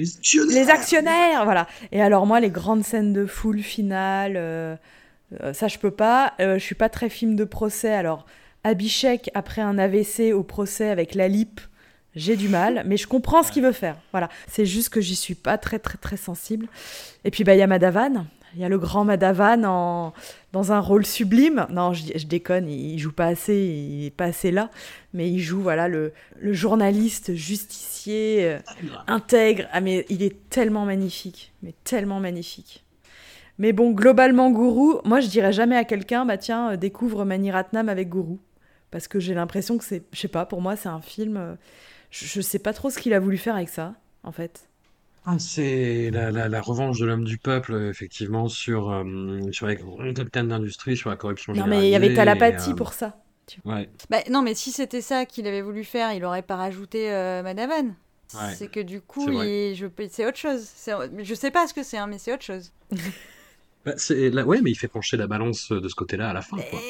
Les actionnaires, voilà. Et alors moi, les grandes scènes de foule finale, ça je peux pas. Je suis pas très film de procès, alors Abhishek après un AVC au procès avec la lippe, j'ai du mal, mais je comprends ce qu'il veut faire. Voilà. C'est juste que j'y suis pas très, très, très sensible. Et puis, il y a Madhavan. Il y a le grand Madhavan dans un rôle sublime. Non, je déconne, il joue pas assez, il est pas assez là. Mais il joue, voilà, le journaliste justicier, intègre. Ah, mais il est tellement magnifique. Mais tellement magnifique. Mais bon, globalement, Guru, moi, je dirais jamais à quelqu'un, tiens, découvre Mani Ratnam avec Guru. Parce que j'ai l'impression que c'est, je sais pas, pour moi, c'est un film... Je sais pas trop ce qu'il a voulu faire avec ça, en fait. C'est la revanche de l'homme du peuple, effectivement, sur les grands capitaines d'industrie, sur la corruption Non, généralisée. mais il y avait Talapathie pour ça. Ouais. Non, mais si c'était ça qu'il avait voulu faire, il aurait pas rajouté Madhavan. Ouais. C'est que du coup, C'est c'est autre chose. Je sais pas ce que c'est, mais c'est autre chose. Ouais, mais il fait pencher la balance de ce côté-là à la fin, quoi.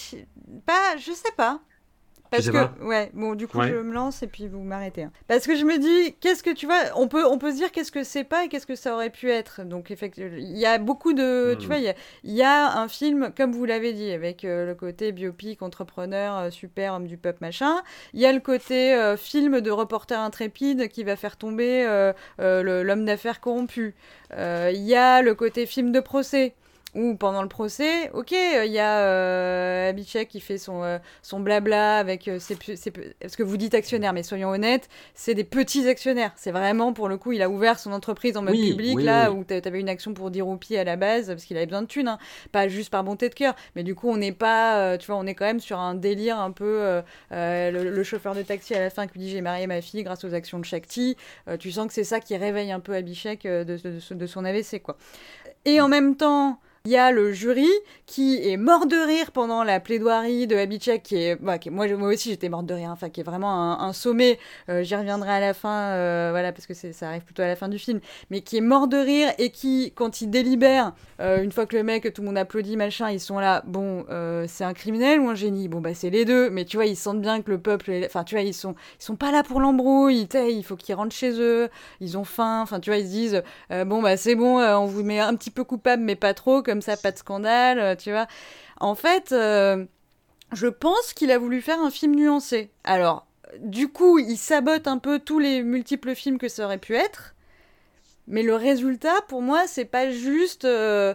Je sais pas. Parce que, ouais, bon, du coup, je me lance et puis vous m'arrêtez. Parce que je me dis, qu'est-ce que tu vois, on peut se dire qu'est-ce que c'est pas et qu'est-ce que ça aurait pu être. Donc, effectivement, il y a beaucoup de, tu vois, il y a un film, comme vous l'avez dit, avec le côté biopic, entrepreneur, super, homme du peuple, machin. Il y a le côté film de reporter intrépide qui va faire tomber l'homme d'affaires corrompu. Il y a le côté film de procès. Ou pendant le procès, ok, il y a Abhishek qui fait son blabla avec parce que vous dites actionnaires, mais soyons honnêtes, c'est des petits actionnaires. C'est vraiment, pour le coup, il a ouvert son entreprise en mode public, où t'avais une action pour 10 roupies à la base, parce qu'il avait besoin de thunes, hein, pas juste par bonté de cœur. Mais du coup, on n'est pas, tu vois, on est quand même sur un délire un peu, le chauffeur de taxi à la fin qui lui dit j'ai marié ma fille grâce aux actions de Shakti. Tu sens que c'est ça qui réveille un peu Abhishek de son AVC, quoi. Et en même temps... Il y a le jury qui est mort de rire pendant la plaidoirie de Abhishek, qui est moi aussi j'étais morte de rire, enfin qui est vraiment un sommet. J'y reviendrai à la fin, voilà, parce que ça arrive plutôt à la fin du film, mais qui est mort de rire et qui, quand il délibère, une fois que le mec, tout le monde applaudit, machin, ils sont là, bon, c'est un criminel ou un génie? Bon, c'est les deux, mais tu vois, ils sentent bien que le peuple, enfin, tu vois, ils sont pas là pour l'embrouille, il faut qu'ils rentrent chez eux, ils ont faim, enfin, tu vois, ils se disent, c'est bon, on vous met un petit peu coupable, mais pas trop, comme ça, pas de scandale, tu vois. En fait, je pense qu'il a voulu faire un film nuancé. Alors, du coup, il sabote un peu tous les multiples films que ça aurait pu être, mais le résultat, pour moi, c'est pas juste...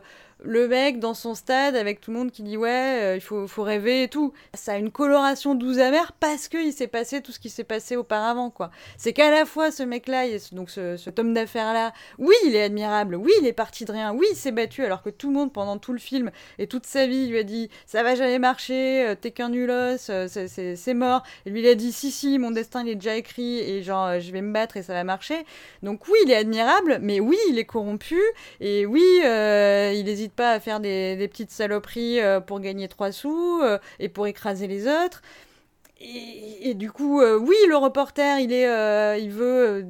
le mec dans son stade avec tout le monde qui dit il faut rêver et tout. Ça a une coloration douce amère parce qu'il s'est passé tout ce qui s'est passé auparavant, quoi. C'est qu'à la fois ce mec-là, donc cet homme d'affaires-là, oui, il est admirable, oui, il est parti de rien, oui, il s'est battu alors que tout le monde pendant tout le film et toute sa vie lui a dit ça va jamais marcher, t'es qu'un nulos, c'est mort. Et lui il a dit si, mon destin il est déjà écrit et genre je vais me battre et ça va marcher. Donc oui, il est admirable, mais oui, il est corrompu et oui, il hésite pas à faire des petites saloperies pour gagner 3 sous et pour écraser les autres. Et du coup, oui, le reporter, il veut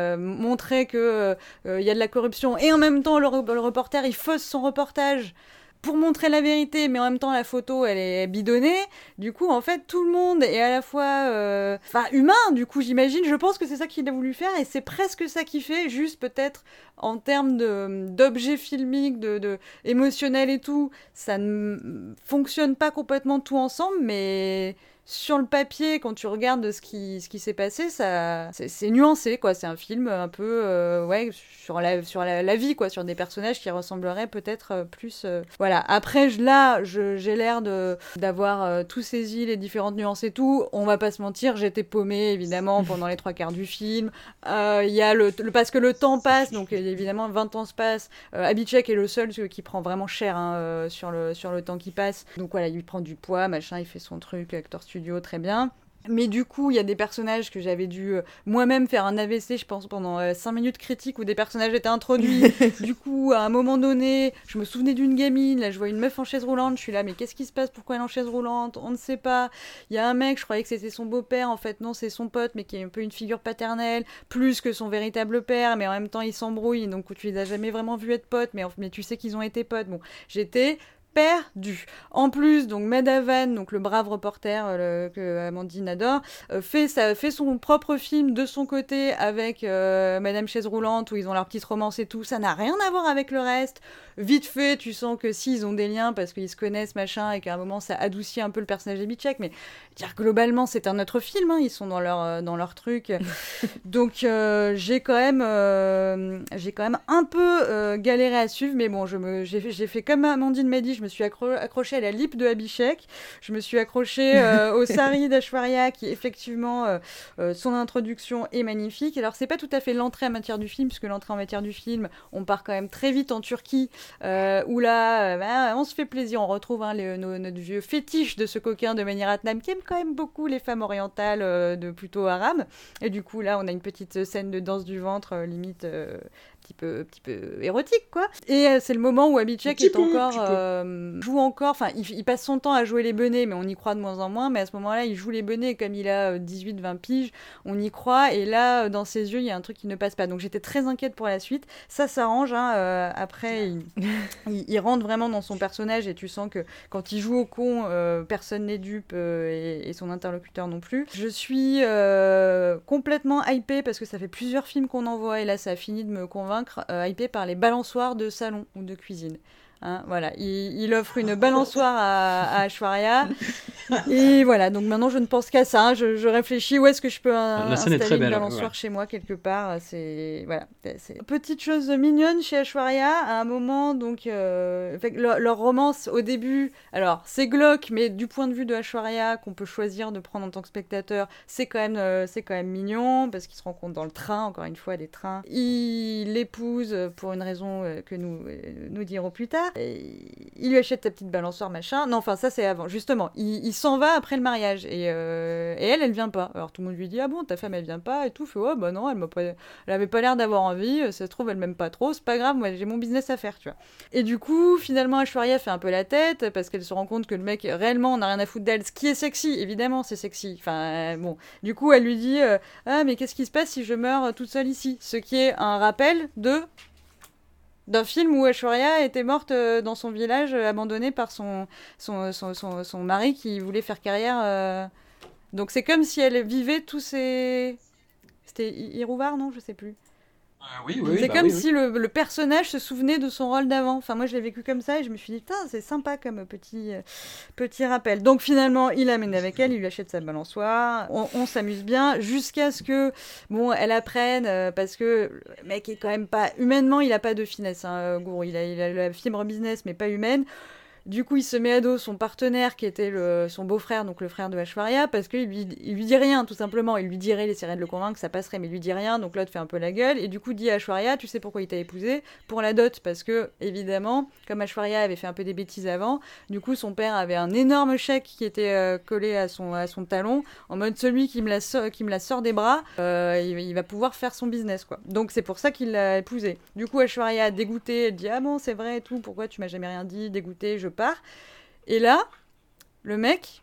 montrer que y a de la corruption. Et en même temps, le reporter, il fausse son reportage pour montrer la vérité, mais en même temps la photo elle est bidonnée. Du coup en fait tout le monde est à la fois humain, du coup j'imagine, je pense que c'est ça qu'il a voulu faire et c'est presque ça qu'il fait, juste peut-être en termes d'objets filmiques, de émotionnels et tout, ça ne fonctionne pas complètement tout ensemble, mais sur le papier, quand tu regardes ce qui s'est passé, c'est nuancé, quoi. C'est un film un peu sur la vie, quoi, sur des personnages qui ressembleraient peut-être plus. Voilà. Après, j'ai l'air d'avoir tout saisi les différentes nuances et tout. On va pas se mentir, j'étais paumée, évidemment, pendant les 3/4 du film. Il y a parce que le temps passe, donc évidemment, 20 ans se passent. Abhishek est le seul qui prend vraiment cher sur le temps qui passe. Donc voilà, il prend du poids, machin, il fait son truc, acteur studio, très bien. Mais du coup, il y a des personnages que j'avais dû moi-même faire un AVC, je pense, pendant 5 minutes critiques où des personnages étaient introduits. Du coup, à un moment donné, je me souvenais d'une gamine, là je vois une meuf en chaise roulante, je suis là, mais qu'est-ce qui se passe? Pourquoi elle est en chaise roulante? On ne sait pas. Il y a un mec, je croyais que c'était son beau-père, en fait non, c'est son pote, mais qui est un peu une figure paternelle, plus que son véritable père, mais en même temps ils s'embrouillent, donc tu les as jamais vraiment vus être potes, mais tu sais qu'ils ont été potes. Bon, j'étais perdu. En plus, donc Madhavan, donc le brave reporter que Amandine adore, fait son propre film de son côté avec Madame Chaise Roulante où ils ont leur petite romance et tout. Ça n'a rien à voir avec le reste. Vite fait, tu sens que si ils ont des liens parce qu'ils se connaissent machin et qu'à un moment ça adoucit un peu le personnage d'Abhishek, mais dire globalement c'est un autre film. Hein, ils sont dans leur truc. Donc j'ai quand même un peu galéré à suivre, mais bon, j'ai fait comme Amandine m'a dit. Je me suis accrochée à la lip de Abhishek, je me suis accrochée au sari d'Aishwarya qui effectivement son introduction est magnifique. Alors c'est pas tout à fait l'entrée en matière du film, puisque l'entrée en matière du film on part quand même très vite en Turquie où là on se fait plaisir, on retrouve notre vieux fétiche de ce coquin de Mani Ratnam qui aime quand même beaucoup les femmes orientales de plutôt arabes, et du coup là on a une petite scène de danse du ventre limite petit peu érotique, quoi. Et c'est le moment où Abhishek joue encore, enfin, il passe son temps à jouer les benets, mais on y croit de moins en moins, mais à ce moment-là, il joue les benets comme il a 18-20 piges, on y croit, et là, dans ses yeux, il y a un truc qui ne passe pas. Donc j'étais très inquiète pour la suite. Ça s'arrange, hein, après, il rentre vraiment dans son personnage, et tu sens que quand il joue au con, personne n'est dupe, et son interlocuteur non plus. Je suis complètement hypée, parce que ça fait plusieurs films qu'on en voit, et là, ça a fini de me convaincre, hypé par les balançoires de salon ou de cuisine. Hein, voilà, il offre une balançoire à Aishwarya. Et voilà, donc maintenant je ne pense qu'à ça. Hein, je réfléchis où est-ce que je peux installer une balançoire chez moi quelque part. Voilà. Petite chose mignonne chez Aishwarya, à un moment, donc leur romance au début, alors c'est glauque, mais du point de vue de Aishwarya qu'on peut choisir de prendre en tant que spectateur, c'est quand même mignon parce qu'ils se rencontrent dans le train, encore une fois, des trains. Il l'épouse pour une raison que nous dirons plus tard. Il lui achète sa petite balançoire, machin. Non, enfin, ça, c'est avant. Justement, il s'en va après le mariage. Et elle vient pas. Alors, tout le monde lui dit, ah bon, ta femme, elle vient pas et tout. Fait, oh, bah non, elle avait pas l'air d'avoir envie. Ça se trouve, elle m'aime pas trop. C'est pas grave, moi, j'ai mon business à faire, tu vois. Et du coup, finalement, Aishwarya fait un peu la tête parce qu'elle se rend compte que le mec, réellement, on a rien à foutre d'elle. Ce qui est sexy, évidemment, c'est sexy. Enfin, bon. Du coup, elle lui dit, ah, mais qu'est-ce qui se passe si je meurs toute seule ici? Ce qui est un rappel d'un film où Aishwarya était morte dans son village, abandonnée par son mari qui voulait faire carrière. Donc c'est comme si elle vivait tous ces... C'était Irouvar, non? Je sais plus. Oui, c'est comme si le personnage se souvenait de son rôle d'avant. Enfin, moi, je l'ai vécu comme ça et je me suis dit, putain, c'est sympa comme petit rappel. Donc, finalement, il l'amène avec elle, il lui achète sa balançoire. On s'amuse bien jusqu'à ce que, bon, elle apprenne parce que le mec est quand même pas... Humainement, il a pas de finesse, hein, Gourou. Il a la fibre business, mais pas humaine. Du coup, il se met à dos son partenaire qui était son beau-frère, donc le frère de Aishwarya, parce qu'il lui dit rien, tout simplement. Il lui dirait, il essaierait de le convaincre, ça passerait, mais il lui dit rien, donc l'autre fait un peu la gueule, et du coup dit à Aishwarya, tu sais pourquoi il t'a épousé? Pour la dot, parce que, évidemment, comme Aishwarya avait fait un peu des bêtises avant, du coup, son père avait un énorme chèque qui était collé à son talon, en mode celui qui me la sort des bras, il va pouvoir faire son business, quoi. Donc c'est pour ça qu'il l'a épousé. Du coup, Aishwarya, dégoûtée, elle dit, ah bon, c'est vrai et tout, pourquoi tu m'as jamais rien dit, dégoûtée, je pars. Et là, le mec,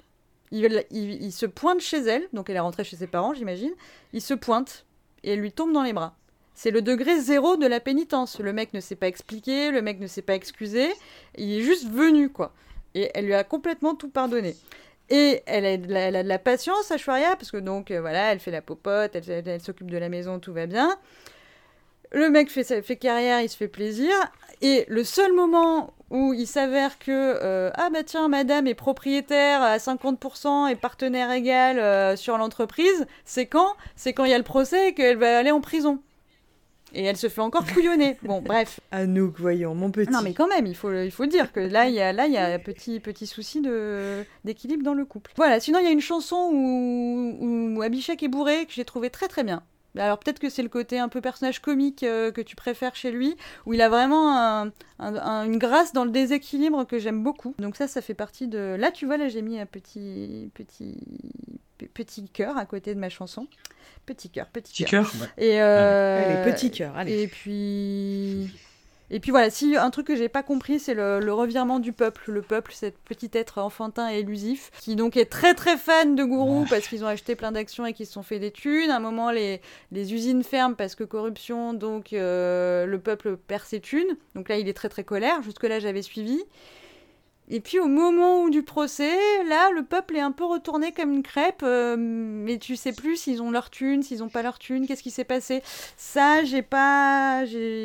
il se pointe chez elle, donc elle est rentrée chez ses parents, j'imagine, il se pointe et elle lui tombe dans les bras. c'est le degré 0 de la pénitence. Le mec ne s'est pas expliqué, le mec ne s'est pas excusé, il est juste venu, quoi. Et elle lui a complètement tout pardonné. Et elle a de la patience, Aishwarya, parce que donc, voilà, elle fait la popote, elle s'occupe de la maison, tout va bien. Le mec fait carrière, il se fait plaisir. Et le seul moment où il s'avère que ah bah tiens, madame est propriétaire à 50% et partenaire égal sur l'entreprise, c'est quand il y a le procès et qu'elle va aller en prison. Et elle se fait encore couillonner. Bon, bref. Anouk, voyons, mon petit. Non, mais quand même, il faut dire que là, il y a un petit souci d'équilibre dans le couple. Voilà, sinon, il y a une chanson où Abhishek est bourré que j'ai trouvé très très bien. Alors peut-être que c'est le côté un peu personnage comique que tu préfères chez lui, où il a vraiment une grâce dans le déséquilibre que j'aime beaucoup. Donc ça fait partie de... Là, tu vois, là j'ai mis un petit cœur à côté de ma chanson. Petit cœur. Ouais. Et allez, petit cœur, allez. Et puis voilà, si un truc que j'ai pas compris, c'est le revirement du peuple. Le peuple, cet petit être enfantin et élusif, qui donc est très très fan de Gourou parce qu'ils ont acheté plein d'actions et qu'ils se sont fait des thunes. À un moment, les usines ferment parce que corruption, donc le peuple perd ses thunes. Donc là, il est très très colère. Jusque-là, j'avais suivi. Et puis au moment du procès, là, le peuple est un peu retourné comme une crêpe, mais tu sais plus s'ils ont leur thune, s'ils ont pas leur thune, qu'est-ce qui s'est passé. Ça, j'ai pas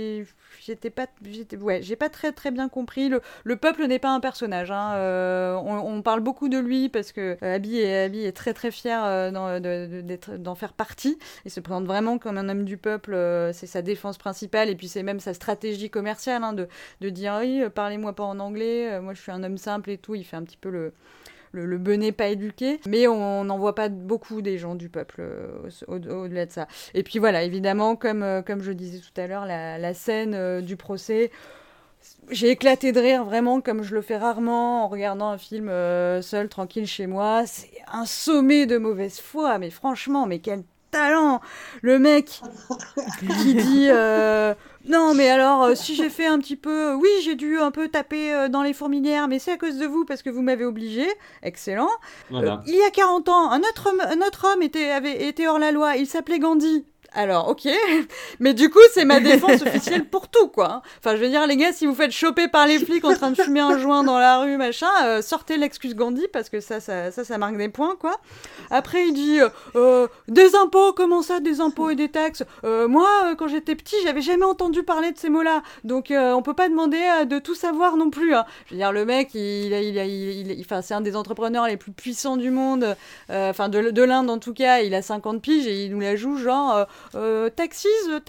très très bien compris. Le peuple n'est pas un personnage. Hein. On parle beaucoup de lui parce que Abby est très très fier d'en faire partie. Il se présente vraiment comme un homme du peuple. C'est sa défense principale et puis c'est même sa stratégie commerciale de dire oui, parlez-moi pas en anglais. Moi je suis un homme simple et tout. Il fait un petit peu le benet pas éduqué, mais on n'en voit pas beaucoup des gens du peuple au-delà de ça. Et puis voilà, évidemment, comme je disais tout à l'heure, la scène du procès, j'ai éclaté de rire vraiment comme je le fais rarement en regardant un film seul, tranquille chez moi. C'est un sommet de mauvaise foi, mais franchement, mais quel talent! Le mec qui dit non mais alors si j'ai fait un petit peu oui j'ai dû un peu taper dans les fourmilières mais c'est à cause de vous parce que vous m'avez obligé. Excellent. Voilà. Il y a 40 ans un autre homme était hors la loi, il s'appelait Gandhi. Alors, ok, mais du coup, c'est ma défense officielle pour tout, quoi. Enfin, je veux dire, les gars, si vous faites choper par les flics en train de fumer un joint dans la rue, machin, sortez l'excuse Gandhi, parce que ça marque des points, quoi. Après, il dit, des impôts, comment ça, des impôts et des taxes? Moi, quand j'étais petit, j'avais jamais entendu parler de ces mots-là, donc on peut pas demander de tout savoir non plus, hein. Je veux dire, le mec, enfin, c'est un des entrepreneurs les plus puissants du monde, enfin, de l'Inde, en tout cas, il a 50 piges, et il nous la joue, genre... taxis,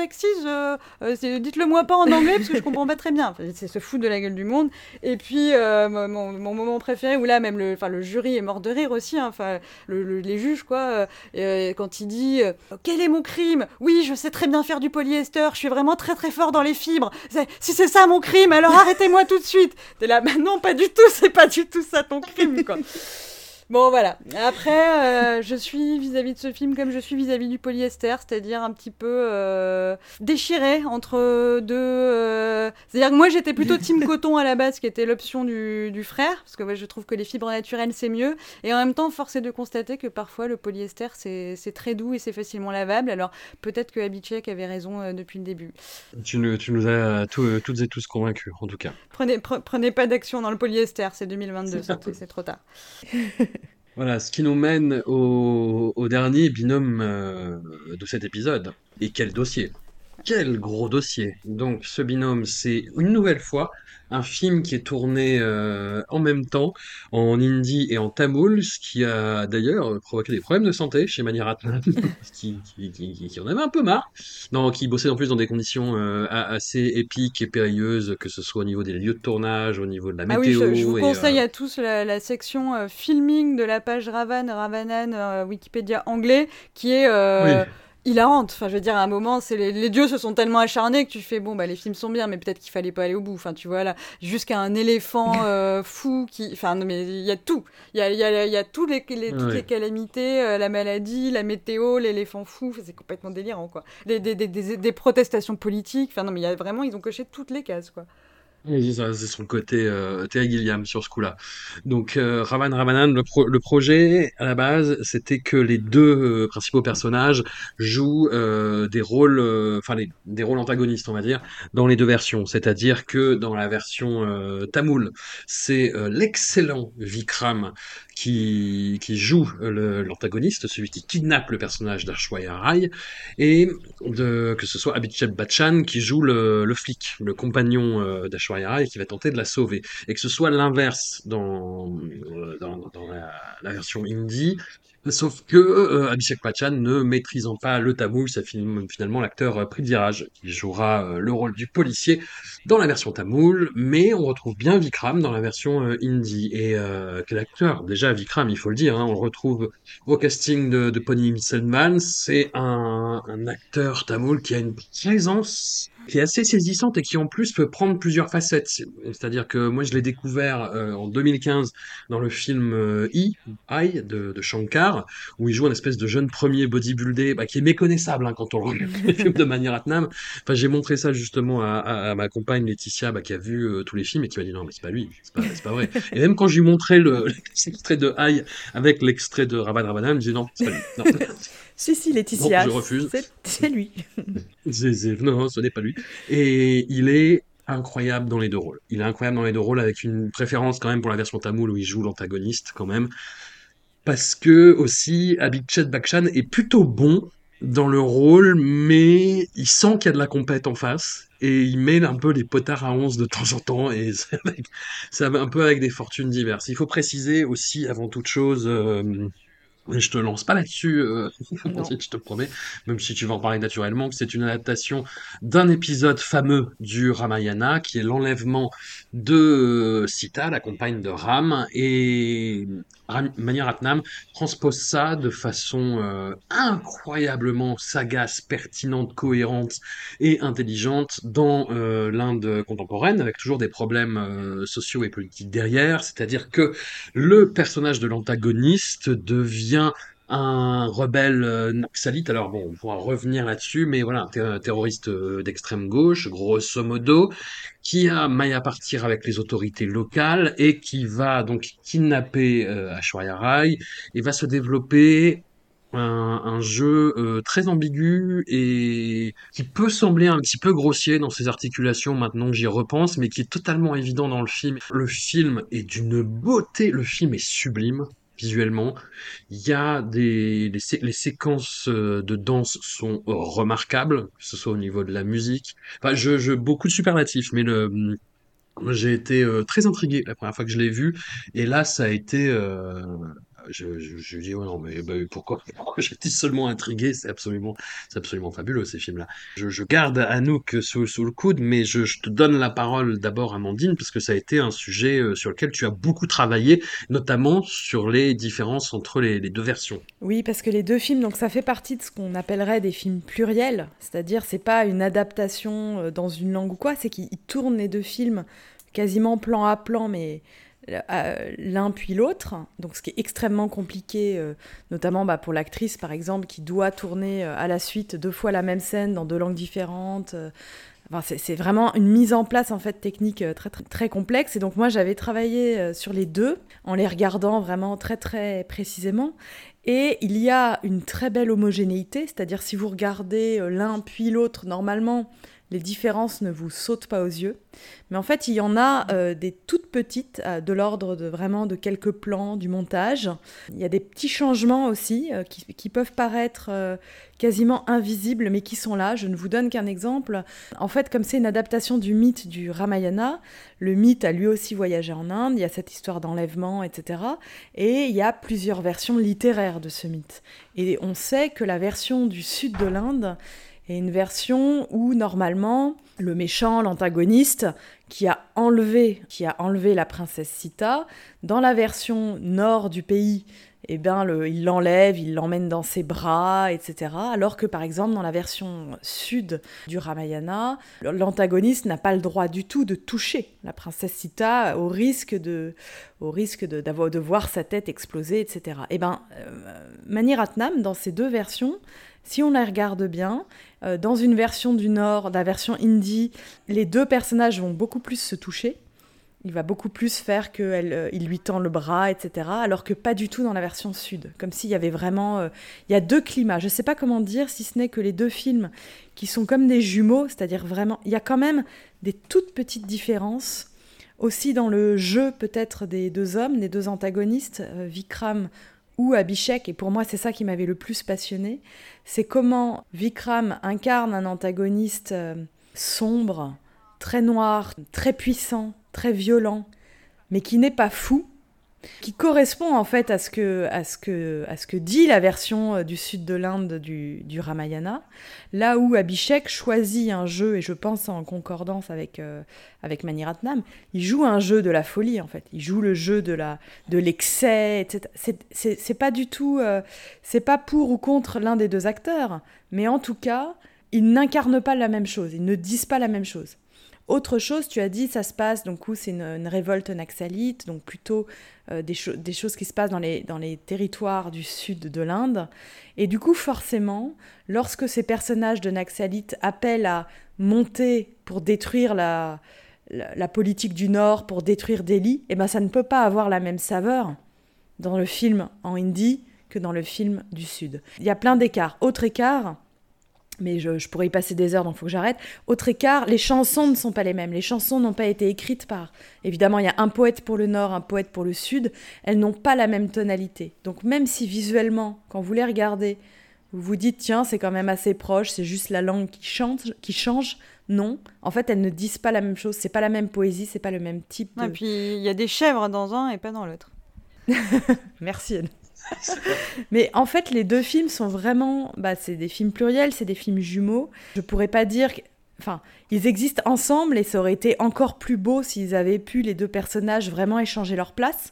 dites-le moi pas en anglais parce que je comprends pas très bien. Enfin, c'est se foutre de la gueule du monde. Et puis mon moment préféré où là même le jury est mort de rire aussi. Hein, enfin les juges quoi. Quand il dit quel est mon crime? Oui, je sais très bien faire du polyester. Je suis vraiment très très fort dans les fibres. Si c'est ça mon crime, alors arrêtez-moi tout de suite. T'es là, bah non pas du tout. C'est pas du tout ça ton crime quoi. Bon, voilà. Après, je suis vis-à-vis de ce film comme je suis vis-à-vis du polyester, c'est-à-dire un petit peu déchirée entre deux... C'est-à-dire que moi, j'étais plutôt team coton à la base, qui était l'option du frère, parce que ouais, je trouve que les fibres naturelles, c'est mieux. Et en même temps, force est de constater que parfois, le polyester, c'est très doux et c'est facilement lavable. Alors, peut-être que Abhishek avait raison depuis le début. Tu nous as toutes et tous convaincus, en tout cas. Prenez pas d'action dans le polyester, c'est 2022, c'est trop tard. Voilà, ce qui nous mène au dernier binôme de cet épisode. Et quel dossier! Quel gros dossier! Donc, ce binôme, c'est une nouvelle fois un film qui est tourné en même temps en hindi et en tamoul, ce qui a d'ailleurs provoqué des problèmes de santé chez Mani Ratnam, qui en avait un peu marre, qui bossait en plus dans des conditions assez épiques et périlleuses, que ce soit au niveau des lieux de tournage, au niveau de la météo. Ah oui, je vous conseille à tous la section filming de la page Ravanan Wikipédia anglais, qui est... Oui. Hilarante. Enfin, je veux dire, à un moment, les dieux se sont tellement acharnés que tu fais, bon, bah, les films sont bien, mais peut-être qu'il fallait pas aller au bout. Enfin, tu vois, là, jusqu'à un éléphant fou qui... Enfin, non, mais il y a tout. Il y a toutes les calamités, la maladie, la météo, l'éléphant fou. C'est complètement délirant, quoi. Des protestations politiques. Enfin, non, mais il y a vraiment... Ils ont coché toutes les cases, quoi. Oui, c'est son côté Terry Gilliam sur ce coup-là. Donc Ravanan, le projet à la base, c'était que les deux principaux personnages jouent des rôles, des rôles antagonistes, on va dire, dans les deux versions. C'est-à-dire que dans la version tamoule, c'est l'excellent Vikram qui joue l'antagoniste, celui qui kidnappe le personnage d'Aishwarya Rai, et que ce soit Abhishek Bachchan qui joue le flic, le compagnon d'Aishwarya Rai, qui va tenter de la sauver. Et que ce soit l'inverse dans la version hindi, sauf que Abhishek Bachchan ne maîtrisant pas le tamoul, c'est finalement l'acteur Prithviraj qui jouera le rôle du policier dans la version tamoul, mais on retrouve bien Vikram dans la version hindi. Et quel acteur, déjà Vikram, il faut le dire, hein, on le retrouve au casting de Ponniyin Selvan, c'est un acteur tamoul qui a une présence qui est assez saisissante et qui en plus peut prendre plusieurs facettes. C'est-à-dire que moi je l'ai découvert en 2015 dans le film I de Shankar, où il joue un espèce de jeune premier bodybuildé qui est méconnaissable quand on le regarde les films de Mani Ratnam. Enfin, j'ai montré ça justement à ma compagne Laetitia qui a vu tous les films et qui m'a dit non mais c'est pas lui, c'est pas vrai. Et même quand je lui montrais l'extrait de I avec l'extrait de Ravan Ravanam, elle me disait non, c'est pas lui. Non. Si, Laetitia, non, je refuse. C'est lui. Non, ce n'est pas lui. Et il est incroyable dans les deux rôles. Il est incroyable dans les deux rôles avec une préférence quand même pour la version tamoul où il joue l'antagoniste quand même. Parce que aussi, Abhishek Bachchan est plutôt bon dans le rôle, mais il sent qu'il y a de la compète en face. Et il met un peu les potards à 11 de temps en temps. Et c'est un peu avec des fortunes diverses. Il faut préciser aussi, avant toute chose... je te lance pas là-dessus, je te promets, même si tu vas en parler naturellement, que c'est une adaptation d'un épisode fameux du Ramayana, qui est l'enlèvement de Sita, la compagne de Ram, et Mani Ratnam transpose ça de façon incroyablement sagace, pertinente, cohérente et intelligente dans l'Inde contemporaine, avec toujours des problèmes sociaux et politiques derrière, c'est-à-dire que le personnage de l'antagoniste devient un rebelle naxalite. Alors bon, on pourra revenir là-dessus, mais voilà, un terroriste d'extrême gauche, grosso modo, qui a maille à partir avec les autorités locales et qui va donc kidnapper Aishwarya Rai et va se développer un jeu très ambigu et qui peut sembler un petit peu grossier dans ses articulations maintenant que j'y repense, mais qui est totalement évident dans le film. Le film est d'une beauté, le film est sublime visuellement. Il y a les séquences de danse sont remarquables, que ce soit au niveau de la musique. Enfin, beaucoup de superlatifs, mais j'ai été très intrigué la première fois que je l'ai vu, et là ça a été je dis, ouais, non, mais pourquoi j'étais seulement intrigué? C'est absolument fabuleux, ces films-là. Je garde Anouk sous le coude, mais je te donne la parole d'abord, Amandine, parce que ça a été un sujet sur lequel tu as beaucoup travaillé, notamment sur les différences entre les deux versions. Oui, parce que les deux films, donc ça fait partie de ce qu'on appellerait des films pluriels, c'est-à-dire c'est pas une adaptation dans une langue ou quoi, c'est qu'ils tournent les deux films quasiment plan à plan, mais l'un puis l'autre, donc ce qui est extrêmement compliqué, notamment pour l'actrice par exemple qui doit tourner à la suite 2 fois la même scène dans 2 langues différentes. Enfin, c'est vraiment une mise en place en fait technique très, très, très complexe, et donc moi j'avais travaillé sur les deux en les regardant vraiment très très précisément, et il y a une très belle homogénéité, c'est-à-dire si vous regardez l'un puis l'autre normalement les différences ne vous sautent pas aux yeux. Mais en fait, il y en a des toutes petites, de l'ordre de quelques plans, du montage. Il y a des petits changements aussi qui peuvent paraître quasiment invisibles, mais qui sont là. Je ne vous donne qu'un exemple. En fait, comme c'est une adaptation du mythe du Ramayana, le mythe a lui aussi voyagé en Inde, il y a cette histoire d'enlèvement, etc. Et il y a plusieurs versions littéraires de ce mythe. Et on sait que la version du sud de l'Inde est une version où, normalement, le méchant, l'antagoniste, qui a enlevé la princesse Sita, dans la version nord du pays, il l'enlève, il l'emmène dans ses bras, etc. Alors que, par exemple, dans la version sud du Ramayana, l'antagoniste n'a pas le droit du tout de toucher la princesse Sita au risque de voir sa tête exploser, etc. Mani Ratnam, dans ces deux versions, si on la regarde bien, dans une version du Nord, la version hindi, les deux personnages vont beaucoup plus se toucher. Il va beaucoup plus faire qu'il lui tend le bras, etc. Alors que pas du tout dans la version sud. Comme s'il y avait vraiment... il y a 2 climats. Je ne sais pas comment dire, si ce n'est que les 2 films qui sont comme des jumeaux, c'est-à-dire vraiment... Il y a quand même des toutes petites différences. Aussi dans le jeu peut-être des 2 hommes, des 2 antagonistes, Vikram ou Abhishek. Et pour moi, c'est ça qui m'avait le plus passionné. C'est comment Vikram incarne un antagoniste sombre, très noir, très puissant, très violent, mais qui n'est pas fou, qui correspond en fait à ce que dit la version du sud de l'Inde du Ramayana, là où Abhishek choisit un jeu, et je pense en concordance avec Mani Ratnam, il joue un jeu de la folie en fait, il joue le jeu de l'excès, etc. C'est pas du tout, c'est pas pour ou contre l'un des 2 acteurs, mais en tout cas, ils n'incarnent pas la même chose, ils ne disent pas la même chose. Autre chose, tu as dit, ça se passe, donc c'est une révolte naxalite, donc plutôt des choses qui se passent dans les territoires du sud de l'Inde. Et du coup, forcément, lorsque ces personnages de naxalites appellent à monter pour détruire la politique du Nord, pour détruire Delhi, eh ben, ça ne peut pas avoir la même saveur dans le film en hindi que dans le film du Sud. Il y a plein d'écarts. Autre écart... mais je pourrais y passer des heures, donc il faut que j'arrête. Autre écart, les chansons ne sont pas les mêmes. Les chansons n'ont pas été écrites par... Évidemment, il y a un poète pour le Nord, un poète pour le Sud. Elles n'ont pas la même tonalité. Donc même si visuellement, quand vous les regardez, vous vous dites, tiens, c'est quand même assez proche, c'est juste la langue qui change, non. En fait, elles ne disent pas la même chose. C'est pas la même poésie, c'est pas le même type de... Et puis, il y a des chèvres dans un et pas dans l'autre. Merci, Anne. Mais en fait, les 2 films sont vraiment... c'est des films pluriels, c'est des films jumeaux. Je pourrais pas dire... Enfin, ils existent ensemble et ça aurait été encore plus beau s'ils avaient pu, les 2 personnages, vraiment échanger leur place.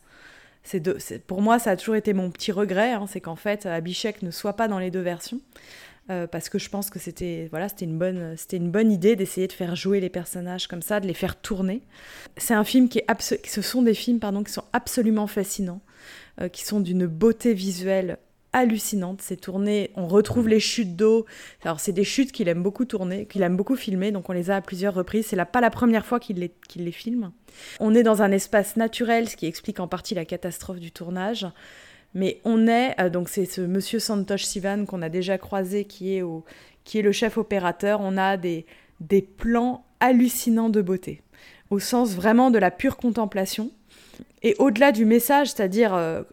Pour moi, ça a toujours été mon petit regret, hein, c'est qu'en fait, Abhishek ne soit pas dans les 2 versions. Parce que je pense que c'était une bonne idée d'essayer de faire jouer les personnages comme ça, de les faire tourner. C'est un film ce sont des films qui sont absolument fascinants, qui sont d'une beauté visuelle hallucinante. C'est tourné, on retrouve les chutes d'eau. Alors c'est des chutes qu'il aime beaucoup tourner, qu'il aime beaucoup filmer, donc on les a à plusieurs reprises. C'est pas la première fois qu'il les filme. On est dans un espace naturel, ce qui explique en partie la catastrophe du tournage. Mais on est, donc c'est ce monsieur Santosh Sivan qu'on a déjà croisé qui est le chef opérateur. On a des plans hallucinants de beauté, au sens vraiment de la pure contemplation. Et au-delà du message, c'est-à-dire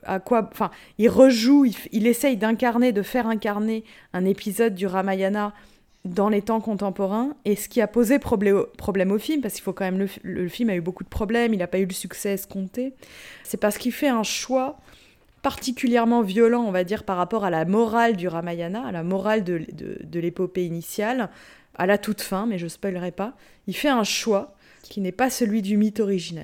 il rejoue, il essaye de faire incarner un épisode du Ramayana dans les temps contemporains, et ce qui a posé problème au film, parce qu'il faut quand même, le film a eu beaucoup de problèmes, il n'a pas eu le succès escompté, c'est parce qu'il fait un choix particulièrement violent, on va dire, par rapport à la morale du Ramayana, à la morale de l'épopée initiale, à la toute fin, mais je ne spoilerai pas. Il fait un choix qui n'est pas celui du mythe originel.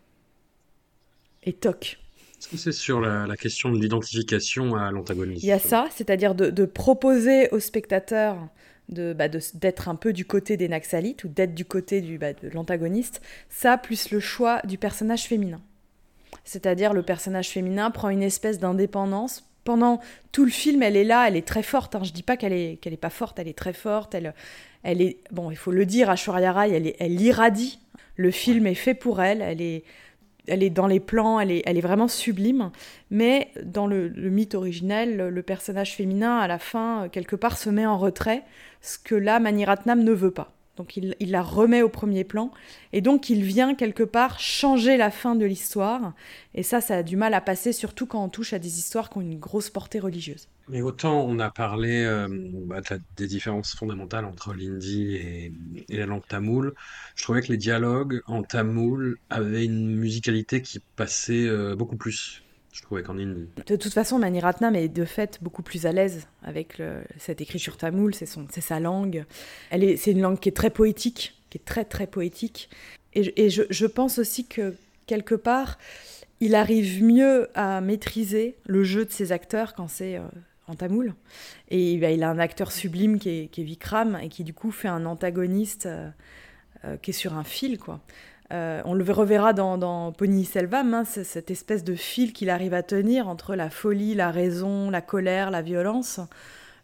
Et toc. Est-ce que c'est sur la question de l'identification à l'antagoniste? Il y a ça, c'est-à-dire de proposer au spectateur d'être un peu du côté des Naxalites, ou d'être du côté de l'antagoniste, ça plus le choix du personnage féminin. C'est-à-dire le personnage féminin prend une espèce d'indépendance. Pendant tout le film, elle est là, elle est très forte. Je dis pas qu'elle est pas forte, elle est très forte. Elle est, bon, il faut le dire, Aishwarya Rai, elle irradie. Le film est fait pour elle. Elle est dans les plans, elle est vraiment sublime. Mais dans le mythe originel, le personnage féminin, à la fin, quelque part, se met en retrait, ce que là, Mani Ratnam ne veut pas. Donc il la remet au premier plan, et donc il vient quelque part changer la fin de l'histoire, et ça a du mal à passer, surtout quand on touche à des histoires qui ont une grosse portée religieuse. Mais autant on a parlé des différences fondamentales entre l'hindi et la langue tamoule, je trouvais que les dialogues en tamoul avaient une musicalité qui passait beaucoup plus, je trouvais, qu'en hindi. De toute façon, Mani Ratnam est de fait beaucoup plus à l'aise avec cette écriture tamoule, c'est sa langue. C'est une langue qui est très poétique, qui est très très poétique. Et je pense aussi que, quelque part, il arrive mieux à maîtriser le jeu de ses acteurs quand c'est en tamoul. Et il a un acteur sublime qui est Vikram, et qui du coup fait un antagoniste qui est sur un fil, quoi. On le reverra dans Ponniyin Selvam, cette espèce de fil qu'il arrive à tenir entre la folie, la raison, la colère, la violence.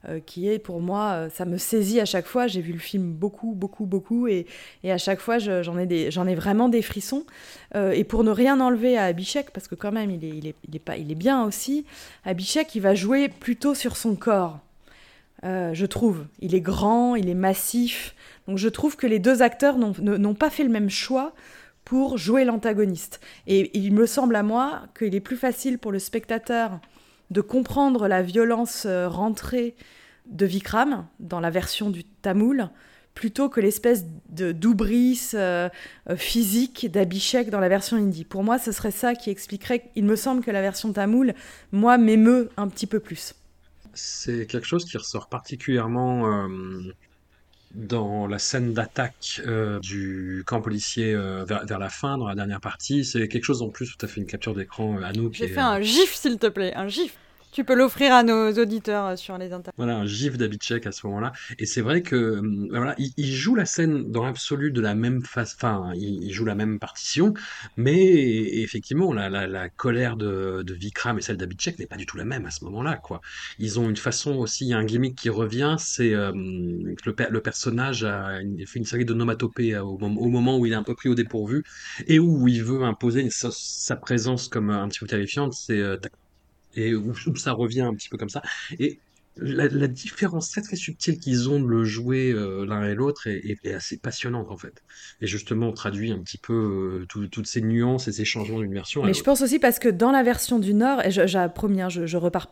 qui est pour moi, ça me saisit à chaque fois. J'ai vu le film beaucoup, et à chaque fois j'en ai vraiment des frissons. Et pour ne rien enlever à Abhishek, parce que quand même il est bien aussi, Abhishek il va jouer plutôt sur son corps. Je trouve, il est grand, il est massif, donc je trouve que les deux acteurs n'ont pas fait le même choix pour jouer l'antagoniste. Et il me semble à moi qu'il est plus facile pour le spectateur de comprendre la violence rentrée de Vikram dans la version du tamoul, plutôt que l'espèce d'oubris physique d'Abhishek dans la version hindi. Pour moi, ce serait ça qui expliquerait, il me semble que la version tamoul, moi, m'émeut un petit peu plus. C'est quelque chose qui ressort particulièrement dans la scène d'attaque du camp policier vers la fin, dans la dernière partie. C'est quelque chose en plus où tu as fait une capture d'écran, Anouk. J'ai fait un gif, s'il te plaît, un gif. Tu peux l'offrir à nos auditeurs sur les internets. Voilà, un gif d'Abhishek à ce moment-là. Et c'est vrai que voilà, il joue la scène dans l'absolu de la même façon, enfin, il joue la même partition, mais effectivement, la colère de Vikram et celle d'Abhishek n'est pas du tout la même à ce moment-là, quoi. Ils ont une façon aussi, il y a un gimmick qui revient, c'est que le personnage fait une série d'onomatopées au moment où il est un peu pris au dépourvu et où il veut imposer sa présence comme un petit peu terrifiante, c'est et où ça revient un petit peu comme ça. Et la différence très très subtile qu'ils ont de le jouer l'un et l'autre est assez passionnante en fait. Et justement, on traduit un petit peu toutes ces nuances et ces changements d'une version à Mais l'autre. je pense aussi parce que dans la version du Nord, et j'ai promis, hein, je repars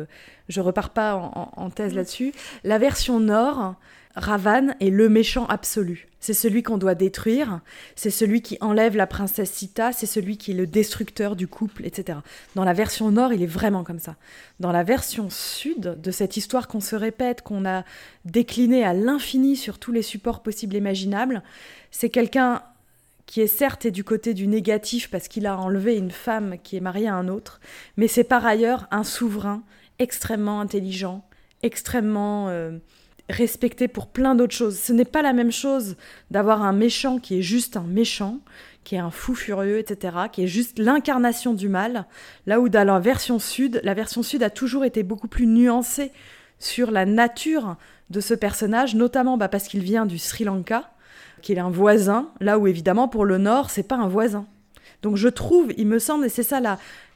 pas en thèse là-dessus, la version Nord, Ravan est le méchant absolu. C'est celui qu'on doit détruire, c'est celui qui enlève la princesse Sita, c'est celui qui est le destructeur du couple, etc. Dans la version Nord, il est vraiment comme ça. Dans la version Sud, de cette histoire qu'on se répète, qu'on a déclinée à l'infini sur tous les supports possibles et imaginables, c'est quelqu'un qui est certes du côté du négatif parce qu'il a enlevé une femme qui est mariée à un autre, mais c'est par ailleurs un souverain extrêmement intelligent, extrêmement respecté pour plein d'autres choses. Ce n'est pas la même chose d'avoir un méchant qui est juste un méchant, qui est un fou furieux, etc., qui est juste l'incarnation du mal, là où dans la version sud a toujours été beaucoup plus nuancée sur la nature de ce personnage, notamment parce qu'il vient du Sri Lanka, qu'il est un voisin, là où évidemment pour le Nord, c'est pas un voisin. Donc je trouve, il me semble, et c'est ça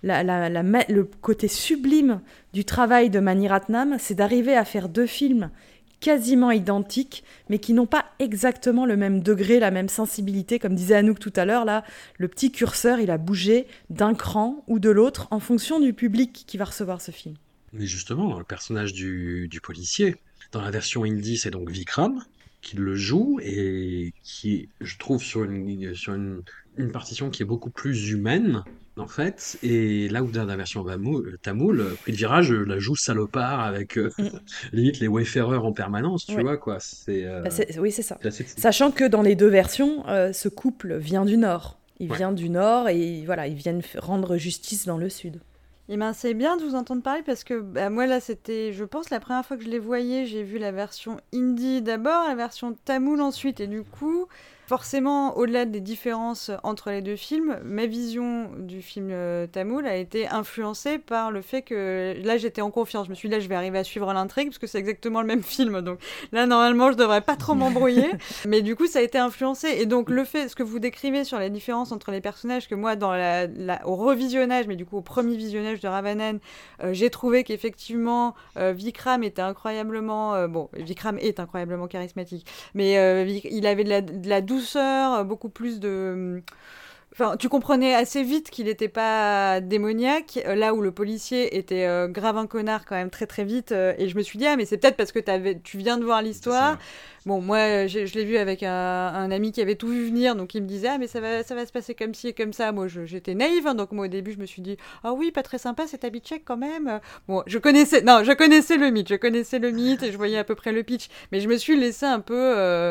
le côté sublime du travail de Mani Ratnam, c'est d'arriver à faire deux films quasiment identiques, mais qui n'ont pas exactement le même degré, la même sensibilité. Comme disait Anouk tout à l'heure, là, le petit curseur, il a bougé d'un cran ou de l'autre en fonction du public qui va recevoir ce film. Mais justement, le personnage du policier, dans la version hindi, c'est donc Vikram qui le joue et qui, je trouve, sur une partition qui est beaucoup plus humaine, en fait. Et là où dans la version tamoul, pris le virage, la joue salopard avec limite les wayfarers en permanence, tu vois, quoi. Oui, c'est ça. Sachant que dans les deux versions, ce couple vient du Nord. Il vient du Nord et voilà, ils viennent rendre justice dans le Sud. Eh ben, c'est bien de vous entendre parler parce que moi là c'était, je pense, la première fois que je les voyais, j'ai vu la version hindi d'abord, la version tamoul ensuite, et du coup forcément, au-delà des différences entre les deux films, ma vision du film tamoul a été influencée par le fait que là j'étais en confiance. Je me suis dit là je vais arriver à suivre l'intrigue parce que c'est exactement le même film, donc là normalement je devrais pas trop m'embrouiller. Mais du coup ça a été influencé, et donc le fait, ce que vous décrivez sur la différence entre les personnages, que moi dans au revisionnage, mais du coup au premier visionnage de Ravanan, j'ai trouvé qu'effectivement Vikram était incroyablement Vikram est incroyablement charismatique, mais il avait de la douceur, beaucoup plus de... Enfin, tu comprenais assez vite qu'il n'était pas démoniaque, là où le policier était grave un connard quand même très très vite, et je me suis dit, mais c'est peut-être parce que tu viens de voir l'histoire. Bon, moi, je l'ai vu avec un ami qui avait tout vu venir, donc il me disait, mais ça va se passer comme ci et comme ça. Moi, j'étais naïve, hein, donc moi, au début, je me suis dit, ah oui, pas très sympa, cet Abhishek quand même. Bon, je connaissais le mythe, et je voyais à peu près le pitch, mais je me suis laissée un peu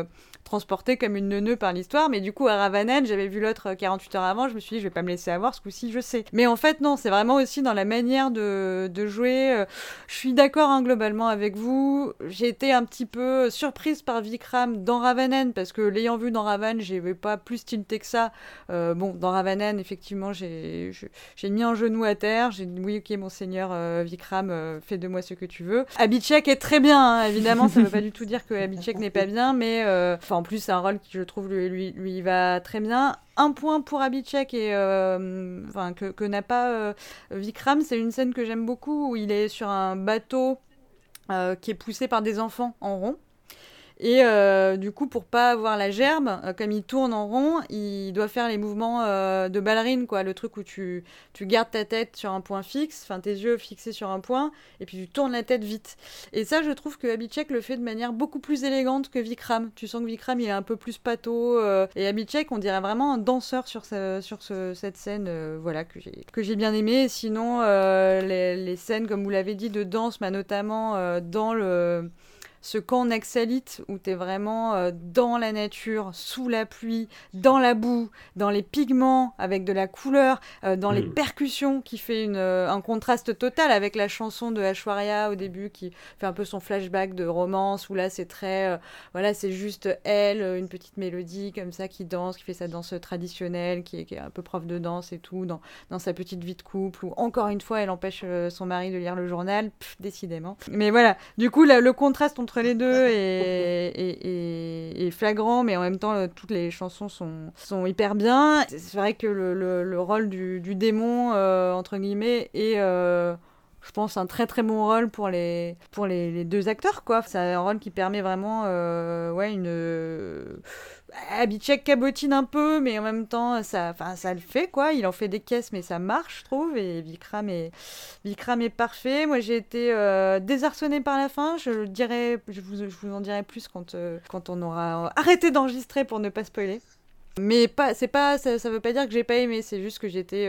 transportée comme une neuneu par l'histoire, mais du coup à Ravanen, j'avais vu l'autre 48 heures avant, je me suis dit je vais pas me laisser avoir, ce coup-ci je sais. Mais en fait non, c'est vraiment aussi dans la manière de jouer. Je suis d'accord globalement avec vous, j'ai été un petit peu surprise par Vikram dans Ravanen, parce que l'ayant vu dans Ravan, j'avais pas plus tilté que ça. Bon, dans Ravanen, effectivement, j'ai mis un genou à terre, j'ai dit oui ok mon seigneur Vikram, fais de moi ce que tu veux. Abhishek est très bien, hein, évidemment, ça veut pas du tout dire que Abhishek n'est pas bien, mais en plus c'est un rôle qui je trouve lui va très bien. Un point pour Abhishek et que n'a pas Vikram, c'est une scène que j'aime beaucoup où il est sur un bateau qui est poussé par des enfants en rond. Et du coup, pour pas avoir la gerbe, comme il tourne en rond, il doit faire les mouvements de ballerine, quoi. Le truc où tu gardes ta tête sur un point fixe, enfin tes yeux fixés sur un point, et puis tu tournes la tête vite. Et ça, je trouve que Abhishek le fait de manière beaucoup plus élégante que Vikram. Tu sens que Vikram, il est un peu plus pâteau. Et Abhishek, on dirait vraiment un danseur sur cette scène, voilà, que j'ai bien aimé. Sinon, les scènes, comme vous l'avez dit, de danse, notamment dans ce camp Naxalite où t'es vraiment dans la nature, sous la pluie, dans la boue, dans les pigments, avec de la couleur, dans les percussions, qui fait un contraste total avec la chanson de Aishwarya au début, qui fait un peu son flashback de romance, où là c'est très... voilà, c'est juste elle, une petite mélodie comme ça, qui danse, qui fait sa danse traditionnelle, qui est un peu prof de danse et tout, dans sa petite vie de couple, où encore une fois elle empêche son mari de lire le journal, décidément. Mais voilà, du coup le contraste entre les deux est flagrant, mais en même temps toutes les chansons sont hyper bien. C'est vrai que le rôle du démon entre guillemets est je pense un très très bon rôle pour les deux acteurs, quoi. C'est un rôle qui permet vraiment Abhishek cabotine un peu, mais en même temps ça le fait, quoi. Il en fait des caisses, mais ça marche, je trouve. Et Vikram est parfait. Moi j'ai été désarçonnée par la fin. Je vous en dirai plus quand on aura arrêté d'enregistrer pour ne pas spoiler. Mais ça veut pas dire que j'ai pas aimé, c'est juste que j'étais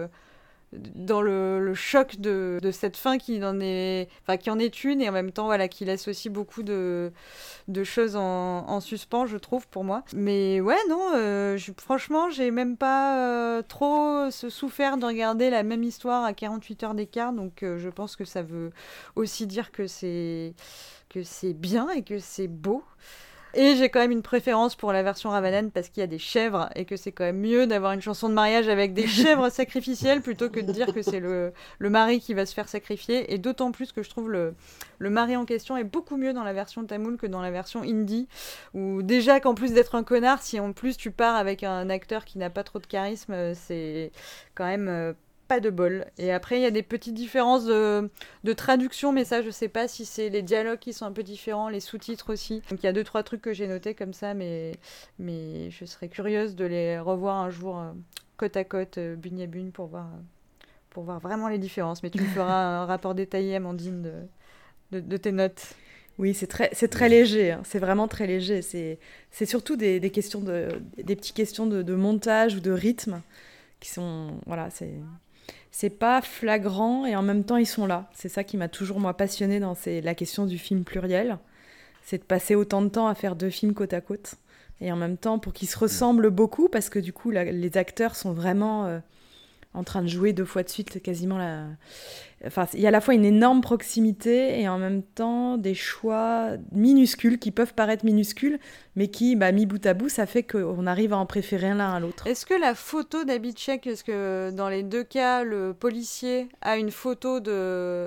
dans le choc de cette fin qui en est une, et en même temps voilà, qui laisse aussi beaucoup de choses en suspens, je trouve, pour moi. Mais ouais, non, franchement j'ai même pas trop souffert de regarder la même histoire à 48 heures d'écart, donc je pense que ça veut aussi dire que c'est bien et que c'est beau. Et j'ai quand même une préférence pour la version Ravanen parce qu'il y a des chèvres et que c'est quand même mieux d'avoir une chanson de mariage avec des chèvres sacrificielles plutôt que de dire que c'est le mari qui va se faire sacrifier. Et d'autant plus que je trouve le mari en question est beaucoup mieux dans la version tamoule que dans la version hindi, où déjà qu'en plus d'être un connard, si en plus tu pars avec un acteur qui n'a pas trop de charisme, c'est quand même... pas de bol. Et après, il y a des petites différences de traduction, mais ça, je sais pas si c'est les dialogues qui sont un peu différents, les sous-titres aussi. Donc, il y a 2-3 trucs que j'ai notés comme ça, mais je serais curieuse de les revoir un jour côte à côte, bune à bune, pour voir vraiment les différences. Mais tu me feras un rapport détaillé, Amandine, de tes notes. Oui, c'est très léger, hein. C'est vraiment très léger. C'est surtout des questions des petites questions de montage ou de rythme qui sont... Voilà, c'est pas flagrant et en même temps ils sont là. C'est ça qui m'a toujours moi passionnée dans la question du film pluriel. C'est de passer autant de temps à faire 2 films côte à côte et en même temps pour qu'ils se ressemblent beaucoup, parce que du coup les acteurs sont vraiment en train de jouer 2 fois de suite quasiment Enfin, il y a à la fois une énorme proximité et en même temps des choix minuscules qui peuvent paraître minuscules, mais qui, mis bout à bout, ça fait qu'on arrive à en préférer l'un à l'autre. Est-ce que la photo d'Abhishek, est-ce que dans les 2 cas, le policier a une photo du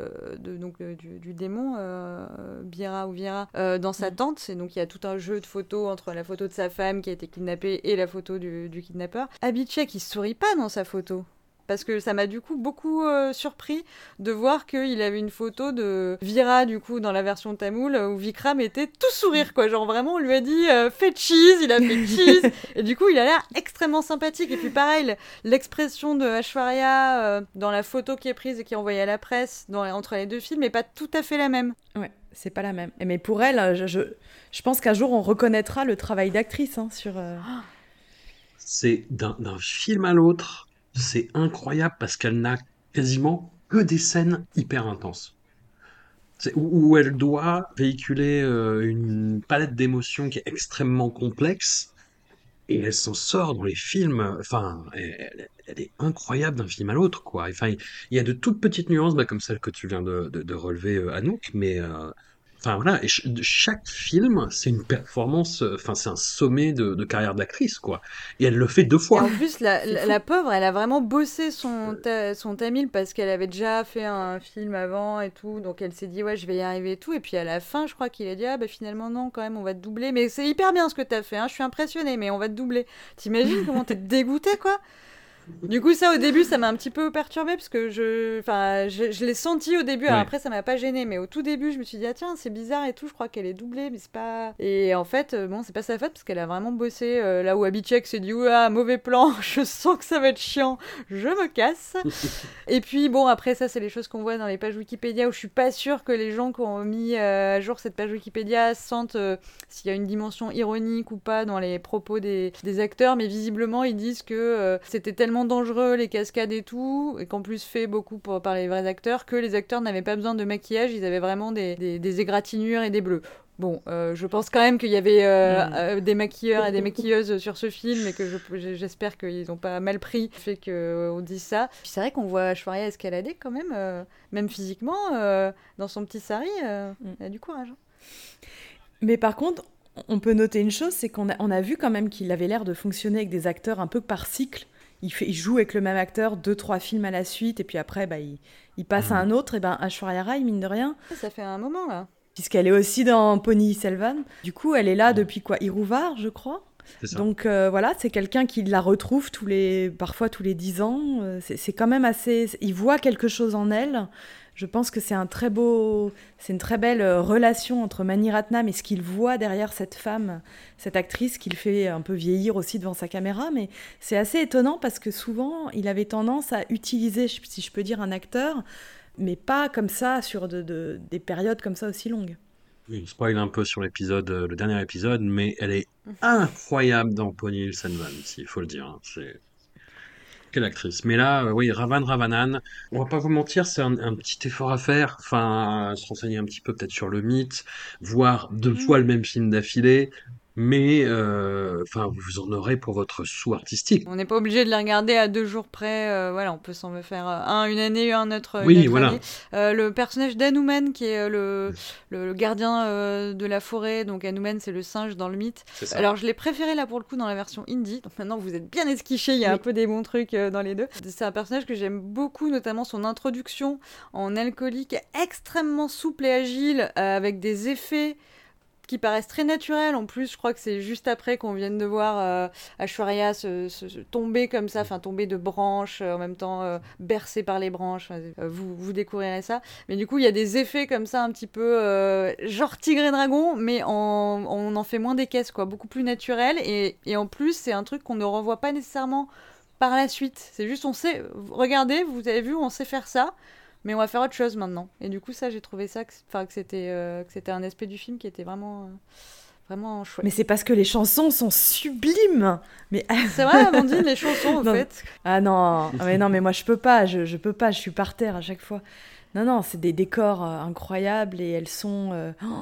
démon, Bira ou Vira, dans sa tente, et donc il y a tout un jeu de photos entre la photo de sa femme qui a été kidnappée et la photo du kidnappeur. Abhishek, il sourit pas dans sa photo. Parce que ça m'a du coup beaucoup surpris de voir qu'il avait une photo de Vira du coup dans la version tamoule où Vikram était tout sourire, quoi. Genre vraiment on lui a dit fais cheese, il a fait cheese et du coup il a l'air extrêmement sympathique. Et puis pareil, l'expression de Aishwarya dans la photo qui est prise et qui est envoyée à la presse entre les 2 films n'est pas tout à fait la même. Ouais, c'est pas la même. Mais pour elle, je pense qu'un jour on reconnaîtra le travail d'actrice sur... C'est d'un film à l'autre. C'est incroyable parce qu'elle n'a quasiment que des scènes hyper intenses. Où elle doit véhiculer une palette d'émotions qui est extrêmement complexe, et elle s'en sort dans les films. Enfin, elle est incroyable d'un film à l'autre, quoi. Enfin, il y a de toutes petites nuances, comme celle que tu viens de relever, Anouk, mais enfin voilà, et chaque film, c'est une performance, enfin, c'est un sommet de carrière d'actrice, quoi. Et elle le fait 2 Et en fois. plus, C'est fou. la pauvre, elle a vraiment bossé son Tamil parce qu'elle avait déjà fait un film avant et tout. Donc elle s'est dit, ouais, je vais y arriver et tout. Et puis à la fin, je crois qu'il a dit, ah bah finalement, non, quand même, on va te doubler. Mais c'est hyper bien ce que t'as fait, hein, je suis impressionnée, mais on va te doubler. T'imagines comment t'es dégoûtée, quoi? Du coup, ça, au début, ça m'a un petit peu perturbée parce que je l'ai senti au début. Alors Ouais. après, ça m'a pas gênée, mais au tout début, je me suis dit, ah tiens, c'est bizarre et tout. Je crois qu'elle est doublée, mais c'est pas. Et en fait, bon, c'est pas sa faute parce qu'elle a vraiment bossé là où Abhishek s'est dit, ouah, mauvais plan, je sens que ça va être chiant, je me casse. Et puis, bon, après, ça, c'est les choses qu'on voit dans les pages Wikipédia où je suis pas sûre que les gens qui ont mis à jour cette page Wikipédia sentent s'il y a une dimension ironique ou pas dans les propos des acteurs, mais visiblement, ils disent que c'était tellement dangereux les cascades et tout, et qu'en plus fait beaucoup par les vrais acteurs, que les acteurs n'avaient pas besoin de maquillage, ils avaient vraiment des égratignures et des bleus. Bon, je pense quand même qu'il y avait des maquilleurs et des maquilleuses sur ce film et que j'espère qu'ils n'ont pas mal pris le fait qu'on dise ça. Puis c'est vrai qu'on voit Aishwarya escalader quand même physiquement, dans son petit sari, elle a du courage. Mais par contre, on peut noter une chose, c'est on a vu quand même qu'il avait l'air de fonctionner avec des acteurs un peu par cycle. Il joue avec le même acteur 2-3 films à la suite, et puis après, il passe à un autre. Et ben Aishwarya Rai, mine de rien, Ça fait un moment, là. puisqu'elle est aussi dans Pony Selvan. Du coup, elle est là depuis quoi, Iruvar, je crois. C'est ça. Donc voilà, c'est quelqu'un qui la retrouve parfois tous les 10 ans. C'est quand même assez... Il voit quelque chose en elle. Je pense que c'est une très belle relation entre Mani Ratnam et ce qu'il voit derrière cette femme, cette actrice qu'il fait un peu vieillir aussi devant sa caméra. Mais c'est assez étonnant parce que souvent, il avait tendance à utiliser, si je peux dire, un acteur, mais pas comme ça sur des périodes comme ça aussi longues. Oui, spoil un peu sur l'épisode, le dernier épisode, mais elle est incroyable dans Pony Hill Selvan, il faut le dire, hein. Quelle actrice. Mais là, oui, Ravan Ravanan, on va pas vous mentir, c'est un petit effort à faire. Enfin, se renseigner un petit peu peut-être sur le mythe, voir 2 fois le même film d'affilée. Mais, enfin, vous en aurez pour votre sou artistique. On n'est pas obligé de les regarder à 2 jours près. Voilà, on peut s'en faire un une année, un autre une Oui, autre voilà. année. Le personnage d'Hanuman, qui est le gardien de la forêt. Donc Hanuman, c'est le singe dans le mythe. C'est ça. Alors je l'ai préféré là pour le coup dans la version indie. Donc maintenant vous êtes bien esquichés, il y a un peu des bons trucs dans les deux. C'est un personnage que j'aime beaucoup, notamment son introduction en alcoolique extrêmement souple et agile, avec des effets qui paraissent très naturels. En plus, je crois que c'est juste après qu'on vienne de voir Aishwarya se tomber comme ça, enfin tomber de branches, en même temps bercé par les branches. Vous découvrirez ça. Mais du coup, il y a des effets comme ça, un petit peu genre Tigre et Dragon, mais on en fait moins des caisses, quoi, beaucoup plus naturel. Et en plus, c'est un truc qu'on ne revoit pas nécessairement par la suite. C'est juste, on sait, regardez, vous avez vu, on sait faire ça. Mais on va faire autre chose maintenant. Et du coup, ça, j'ai trouvé ça, que c'était un aspect du film qui était vraiment chouette. Mais c'est parce que les chansons sont sublimes. Mais c'est vrai, Amandine, les chansons, en fait. Ah non, mais moi je peux pas, je peux pas, je suis par terre à chaque fois. Non, c'est des décors incroyables et elles sont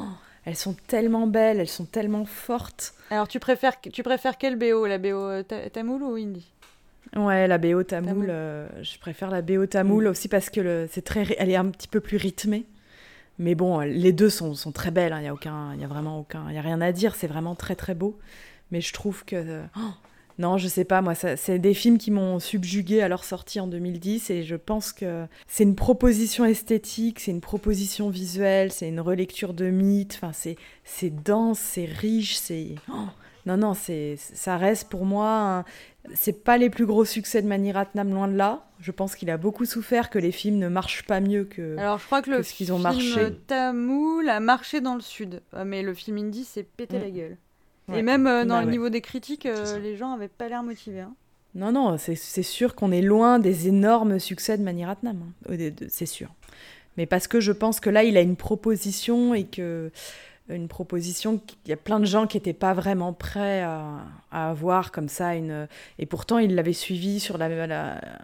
tellement belles, elles sont tellement fortes. Alors, tu préfères quelle BO, la BO tamoul ou hindi? Ouais, la BO tamoul, je préfère la BO tamoul aussi parce que elle est un petit peu plus rythmée. Mais bon, les deux sont très belles, hein, il y a rien à dire, c'est vraiment très très beau. Mais je trouve que non, je sais pas, moi, c'est des films qui m'ont subjuguée à leur sortie en 2010 et je pense que c'est une proposition esthétique, c'est une proposition visuelle, c'est une relecture de mythes, enfin, c'est dense, c'est riche, c'est... Non, ça reste pour moi... C'est pas les plus gros succès de Mani Ratnam, loin de là. Je pense qu'il a beaucoup souffert que les films ne marchent pas mieux que Alors, je crois que le ce qu'ils ont film marché. tamoul a marché dans le sud, mais le film hindi s'est pété la gueule. Ouais. Et même dans le Ouais. niveau des critiques, les gens avaient pas l'air motivés. Hein. Non, c'est sûr qu'on est loin des énormes succès de Mani Ratnam, hein. C'est sûr. Mais parce que je pense que là, il a une proposition et que... il y a plein de gens qui n'étaient pas vraiment prêts à avoir comme ça et pourtant il l'avait suivi sur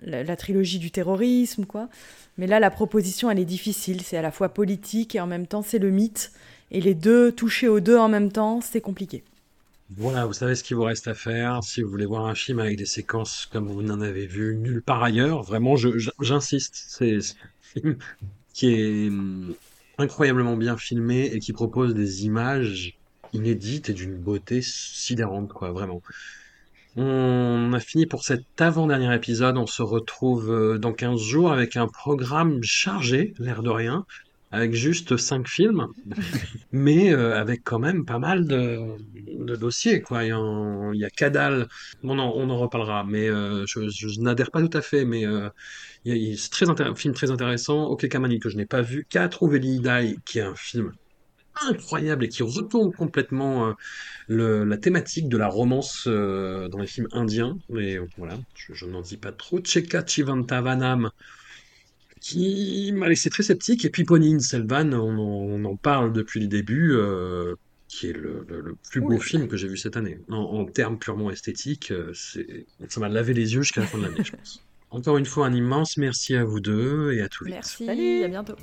la trilogie du terrorisme, quoi. Mais là, la proposition, elle est difficile. C'est à la fois politique et en même temps, c'est le mythe. Et les deux, toucher aux deux en même temps, c'est compliqué. Voilà, vous savez ce qu'il vous reste à faire. Si vous voulez voir un film avec des séquences comme vous n'en avez vu nulle part ailleurs, vraiment, j'insiste. C'est un film qui est incroyablement bien filmé et qui propose des images inédites et d'une beauté sidérante, quoi, vraiment. On a fini pour cet avant-dernier épisode. On se retrouve dans 15 jours avec un programme chargé, l'air de rien, avec juste 5 films, mais avec quand même pas mal de dossiers, quoi. Il y a Cadal, bon, non, on en reparlera, mais je n'adhère pas tout à fait, mais c'est un film très intéressant. Ok Kamani, que je n'ai pas vu. Qu'a trouvé Dai, qui est un film incroyable et qui retourne complètement la thématique de la romance dans les films indiens. Mais voilà, je n'en dis pas trop. Cheka Chivantavanam, qui m'a laissé très sceptique. Et puis Ponniyin Selvan, on en parle depuis le début, qui est le plus beau film que j'ai vu cette année. En termes purement esthétiques, ça m'a lavé les yeux jusqu'à la fin de l'année, je pense. Encore une fois, un immense merci à vous deux et à tous. Merci, Salut. à bientôt.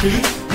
très vite.